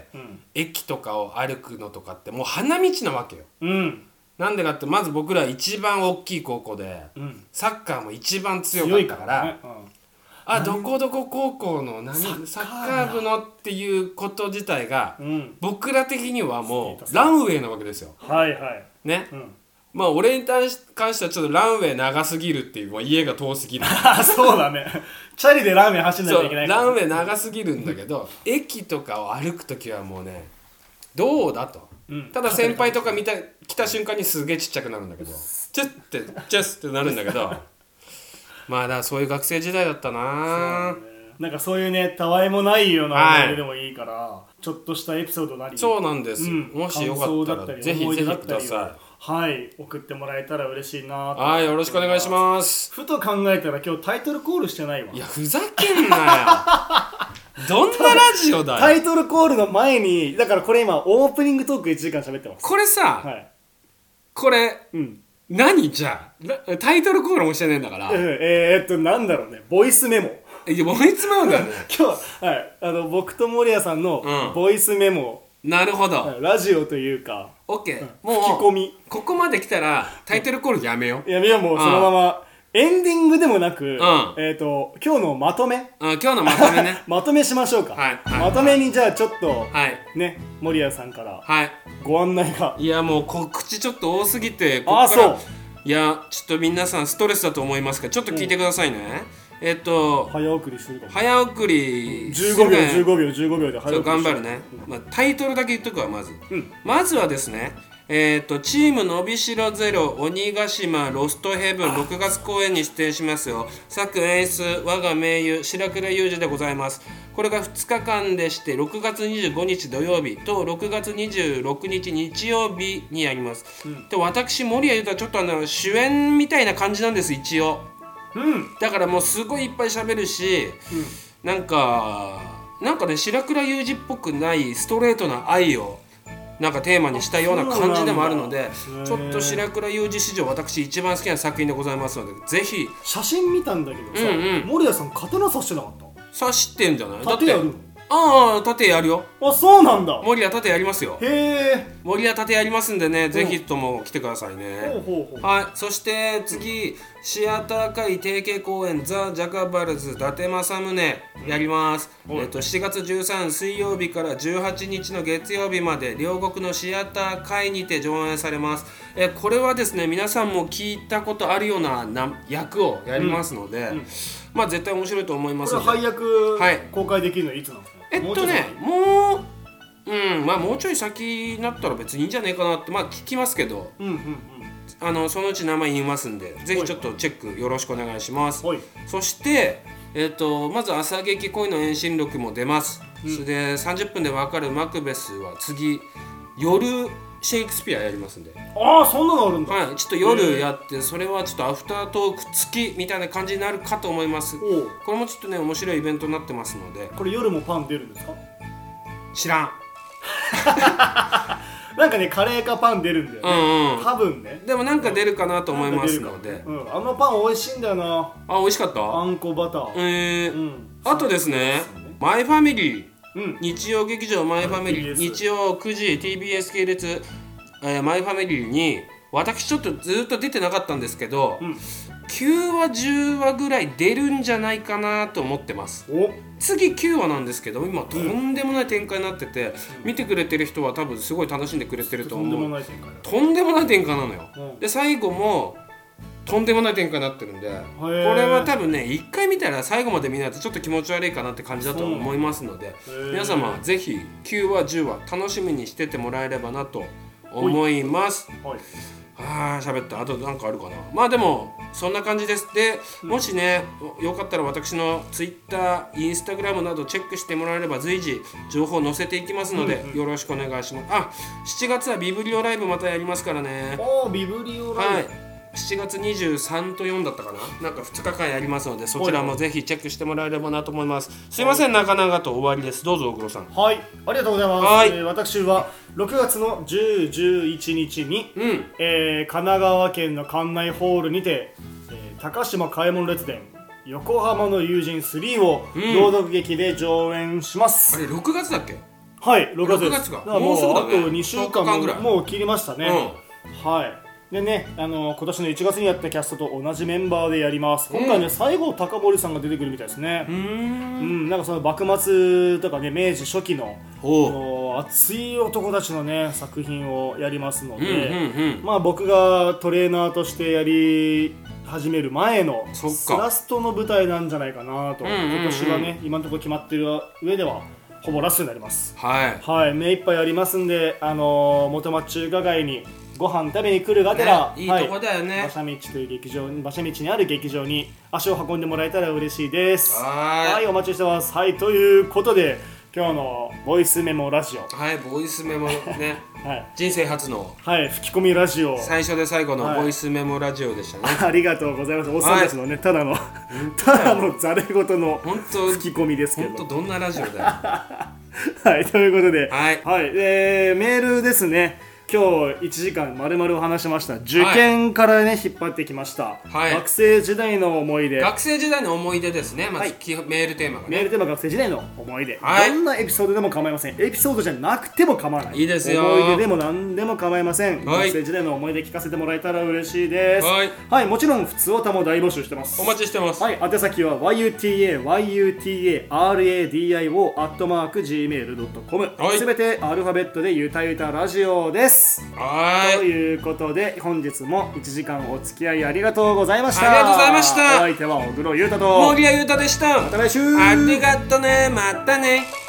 [SPEAKER 2] 駅とかを歩くのとかってもう花道なわけよ。なんでかってまず僕ら一番大きい高校で、サッカーも一番強かったから、どこどこ高校のサッカー部のっていうこと自体が、僕ら的にはもうランウェイなわけですよ。ね、まあ俺に関してはちょっとランウェイ長すぎるっていう、家が遠すぎる
[SPEAKER 1] そうだね、チャリでランウェイ走んないといけないから、
[SPEAKER 2] ランウェイ長すぎるんだけど駅とかを歩くときはもうねどうだと、ただ先輩とか来た瞬間にすげえちっちゃくなるんだけどチュッってなるんだけどまあだからそういう学生時代だったな。
[SPEAKER 1] なんかそういうねたわいもないような思い出でもいいから、ちょっとしたエピソードなり、
[SPEAKER 2] そうなんです、もしよかったらぜひぜひくださ
[SPEAKER 1] い、送ってもらえたら嬉しいなと。
[SPEAKER 2] よろしくお願いします。
[SPEAKER 1] ふと考えたら今日タイトルコールしてないわ。
[SPEAKER 2] いやふざけんなよどんなラジオだよ
[SPEAKER 1] タイトルコールの前に、だからこれ今オープニングトーク1時間喋ってます。
[SPEAKER 2] これさ、これ、何じゃあタイトルコールもしてねえんだから、
[SPEAKER 1] なんだろうね、ボイスメモ。
[SPEAKER 2] ボイスメモだよね
[SPEAKER 1] 今日僕と守谷さんのボイスメモ、
[SPEAKER 2] なるほど、
[SPEAKER 1] ラジオというか
[SPEAKER 2] OK、
[SPEAKER 1] もう吹き込み、
[SPEAKER 2] ここまで来たらタイトルコールやめよう
[SPEAKER 1] もうそのままエンディングでもなく、今日のまとめ、
[SPEAKER 2] 今日のまとめね
[SPEAKER 1] まとめしましょうか。まとめにじゃあちょっとね、守谷さんからご案内が。
[SPEAKER 2] いやもう告知ちょっと多すぎて、ここからいやちょっと皆さんストレスだと思いますからちょっと聞いてくださいね。
[SPEAKER 1] 早送りするかも。
[SPEAKER 2] 早送り
[SPEAKER 1] 15秒で早送り
[SPEAKER 2] 頑張るね、タイトルだけ言っとくわ。まずはですね、チームのびしろゼロ鬼ヶ島ロストヘブン6月公演に出演しますよ。作演出我が盟友白倉裕二でございます。これが2日間でして6月25日土曜日と6月26日日曜日にやります、で私守谷裕太ちょっと主演みたいな感じなんです一応、だからもうすごいいっぱい喋るし、なんかね白倉裕二っぽくないストレートな愛をなんかテーマにしたような感じでもあるので、ちょっと白倉裕二史上私一番好きな作品でございますので、ぜひ。
[SPEAKER 1] 写真見たんだけどさ、守谷さん刀刺してなかった？
[SPEAKER 2] 刺してんじゃない？
[SPEAKER 1] 盾やる？
[SPEAKER 2] 盾やるよ。
[SPEAKER 1] そうなんだ。
[SPEAKER 2] 守谷盾やりますよ。
[SPEAKER 1] へえ。
[SPEAKER 2] 守谷盾やりますんでね、ぜひとも来てくださいね。そして次、シアター会定型公演ザ・ジャカバルズ伊達政宗やります。7月13水曜日から18日の月曜日まで両国のシアター会にて上演されます。これはですね、皆さんも聞いたことあるような役をやりますので、絶対面白いと思いますので。
[SPEAKER 1] これ配役公開できるのはいつなんですか？も
[SPEAKER 2] うちょい先になったら別にいいんじゃないかなって聞きますけど、そのうち名前言いますんで、ぜひちょっとチェックよろしくお願いします。そして、まず朝劇恋の遠心力も出ます。それで30分でわかるマクベスは次夜シェイクスピアやりますんで。
[SPEAKER 1] そんなのあるんだ。
[SPEAKER 2] ちょっと夜やって、それはちょっとアフタートーク付きみたいな感じになるかと思います。これもちょっとね面白いイベントになってますので。
[SPEAKER 1] これ夜もパン出るんですか？
[SPEAKER 2] 知らん
[SPEAKER 1] なんかねカレーかパン出るんだよね、多分ね。
[SPEAKER 2] でもなんか出るかなと思いますので、
[SPEAKER 1] あのパン美味しいんだよな。
[SPEAKER 2] 美味しかった？
[SPEAKER 1] あんこバター。
[SPEAKER 2] あとですね、マイファミリー、日曜劇場マイファミリー、日曜9時 TBS 系列マイファミリーに私ちょっとずっと出てなかったんですけど、9話10話ぐらい出るんじゃないかなと思ってます。次9話なんですけど、今とんでもない展開になってて、見てくれてる人は多分すごい楽しんでくれてると思う。とんでもない展開なのよ。で最後もとんでもない展開になってるんで、これは多分ね1回見たら最後まで見ないとちょっと気持ち悪いかなって感じだと思いますので、皆様ぜひ9話10話楽しみにしててもらえればなと思います。喋った。あとなんかあるかな。まあでもそんな感じです。でもしねよかったら私の Twitter、Instagram などチェックしてもらえれば随時情報載せていきますので、よろしくお願いします。7月はビブリオライブまたやりますからね。
[SPEAKER 1] ビブリオライブ、
[SPEAKER 2] 7月23と4だったかな、なんか2日間やりますので、そちらもぜひチェックしてもらえればなと思います。すいません、長々と終わりです。どうぞ大黒さん。
[SPEAKER 1] はい、ありがとうございます。私は6月の10、11日に、神奈川県の関内ホールにて、高島嘉右衛門列伝横浜の友人3を朗読劇で上演します。
[SPEAKER 2] あれ6月だっけ？
[SPEAKER 1] はい、6月です。
[SPEAKER 2] だからもうすぐだね。
[SPEAKER 1] あと2週間ぐらいもう切りましたね。はい。でね、今年の1月にやったキャストと同じメンバーでやります。今回ね、西郷隆盛さんが出てくるみたいですね。なんかその幕末とかね、明治初期の熱い男たちのね作品をやりますので、まあ僕がトレーナーとしてやり始める前のラストの舞台なんじゃないかなと。今年はね、今のところ決まってる上ではほぼラストになります。はい、目いっぱいやりますんで、元町中華街にご飯食べに来るがてら、
[SPEAKER 2] いいとこだよね。
[SPEAKER 1] 馬車道という劇場、馬車道にある劇場に足を運んでもらえたら嬉しいです。はい、お待ちしてます。はい、ということで今日のボイスメモラジオ、
[SPEAKER 2] ボイスメモね、人生初の
[SPEAKER 1] 吹き込みラジオ、
[SPEAKER 2] 最初で最後のボイスメモラジオでしたね。
[SPEAKER 1] ありがとうございます。おっさんたちのね、ただのざれ言の吹き込みですけど、
[SPEAKER 2] 本当どんなラジオだよ。
[SPEAKER 1] はい、ということで、メールですね。今日1時間丸々お話しました。受験からね、引っ張ってきました。学生時代の思い出。
[SPEAKER 2] 学生時代の思い出ですね。まずメールテーマがね。
[SPEAKER 1] メールテーマ学生時代の思い出。どんなエピソードでも構いません。エピソードじゃなくても構わない。
[SPEAKER 2] いいですよ。
[SPEAKER 1] 思い出でも何でも構いません。学生時代の思い出聞かせてもらえたら嬉しいです。はい、もちろん普通歌も大募集してます。
[SPEAKER 2] お待ちしてます。
[SPEAKER 1] はい、宛先は yutaradio@gmail.com。すべてアルファベットでゆたゆたラジオです。ということで本日も1時間お付き合いありがとうございました。
[SPEAKER 2] ありがとうございました。
[SPEAKER 1] お相手は小黒優太と
[SPEAKER 2] 森谷優太でした。
[SPEAKER 1] また来週。
[SPEAKER 2] ありがとね、またね。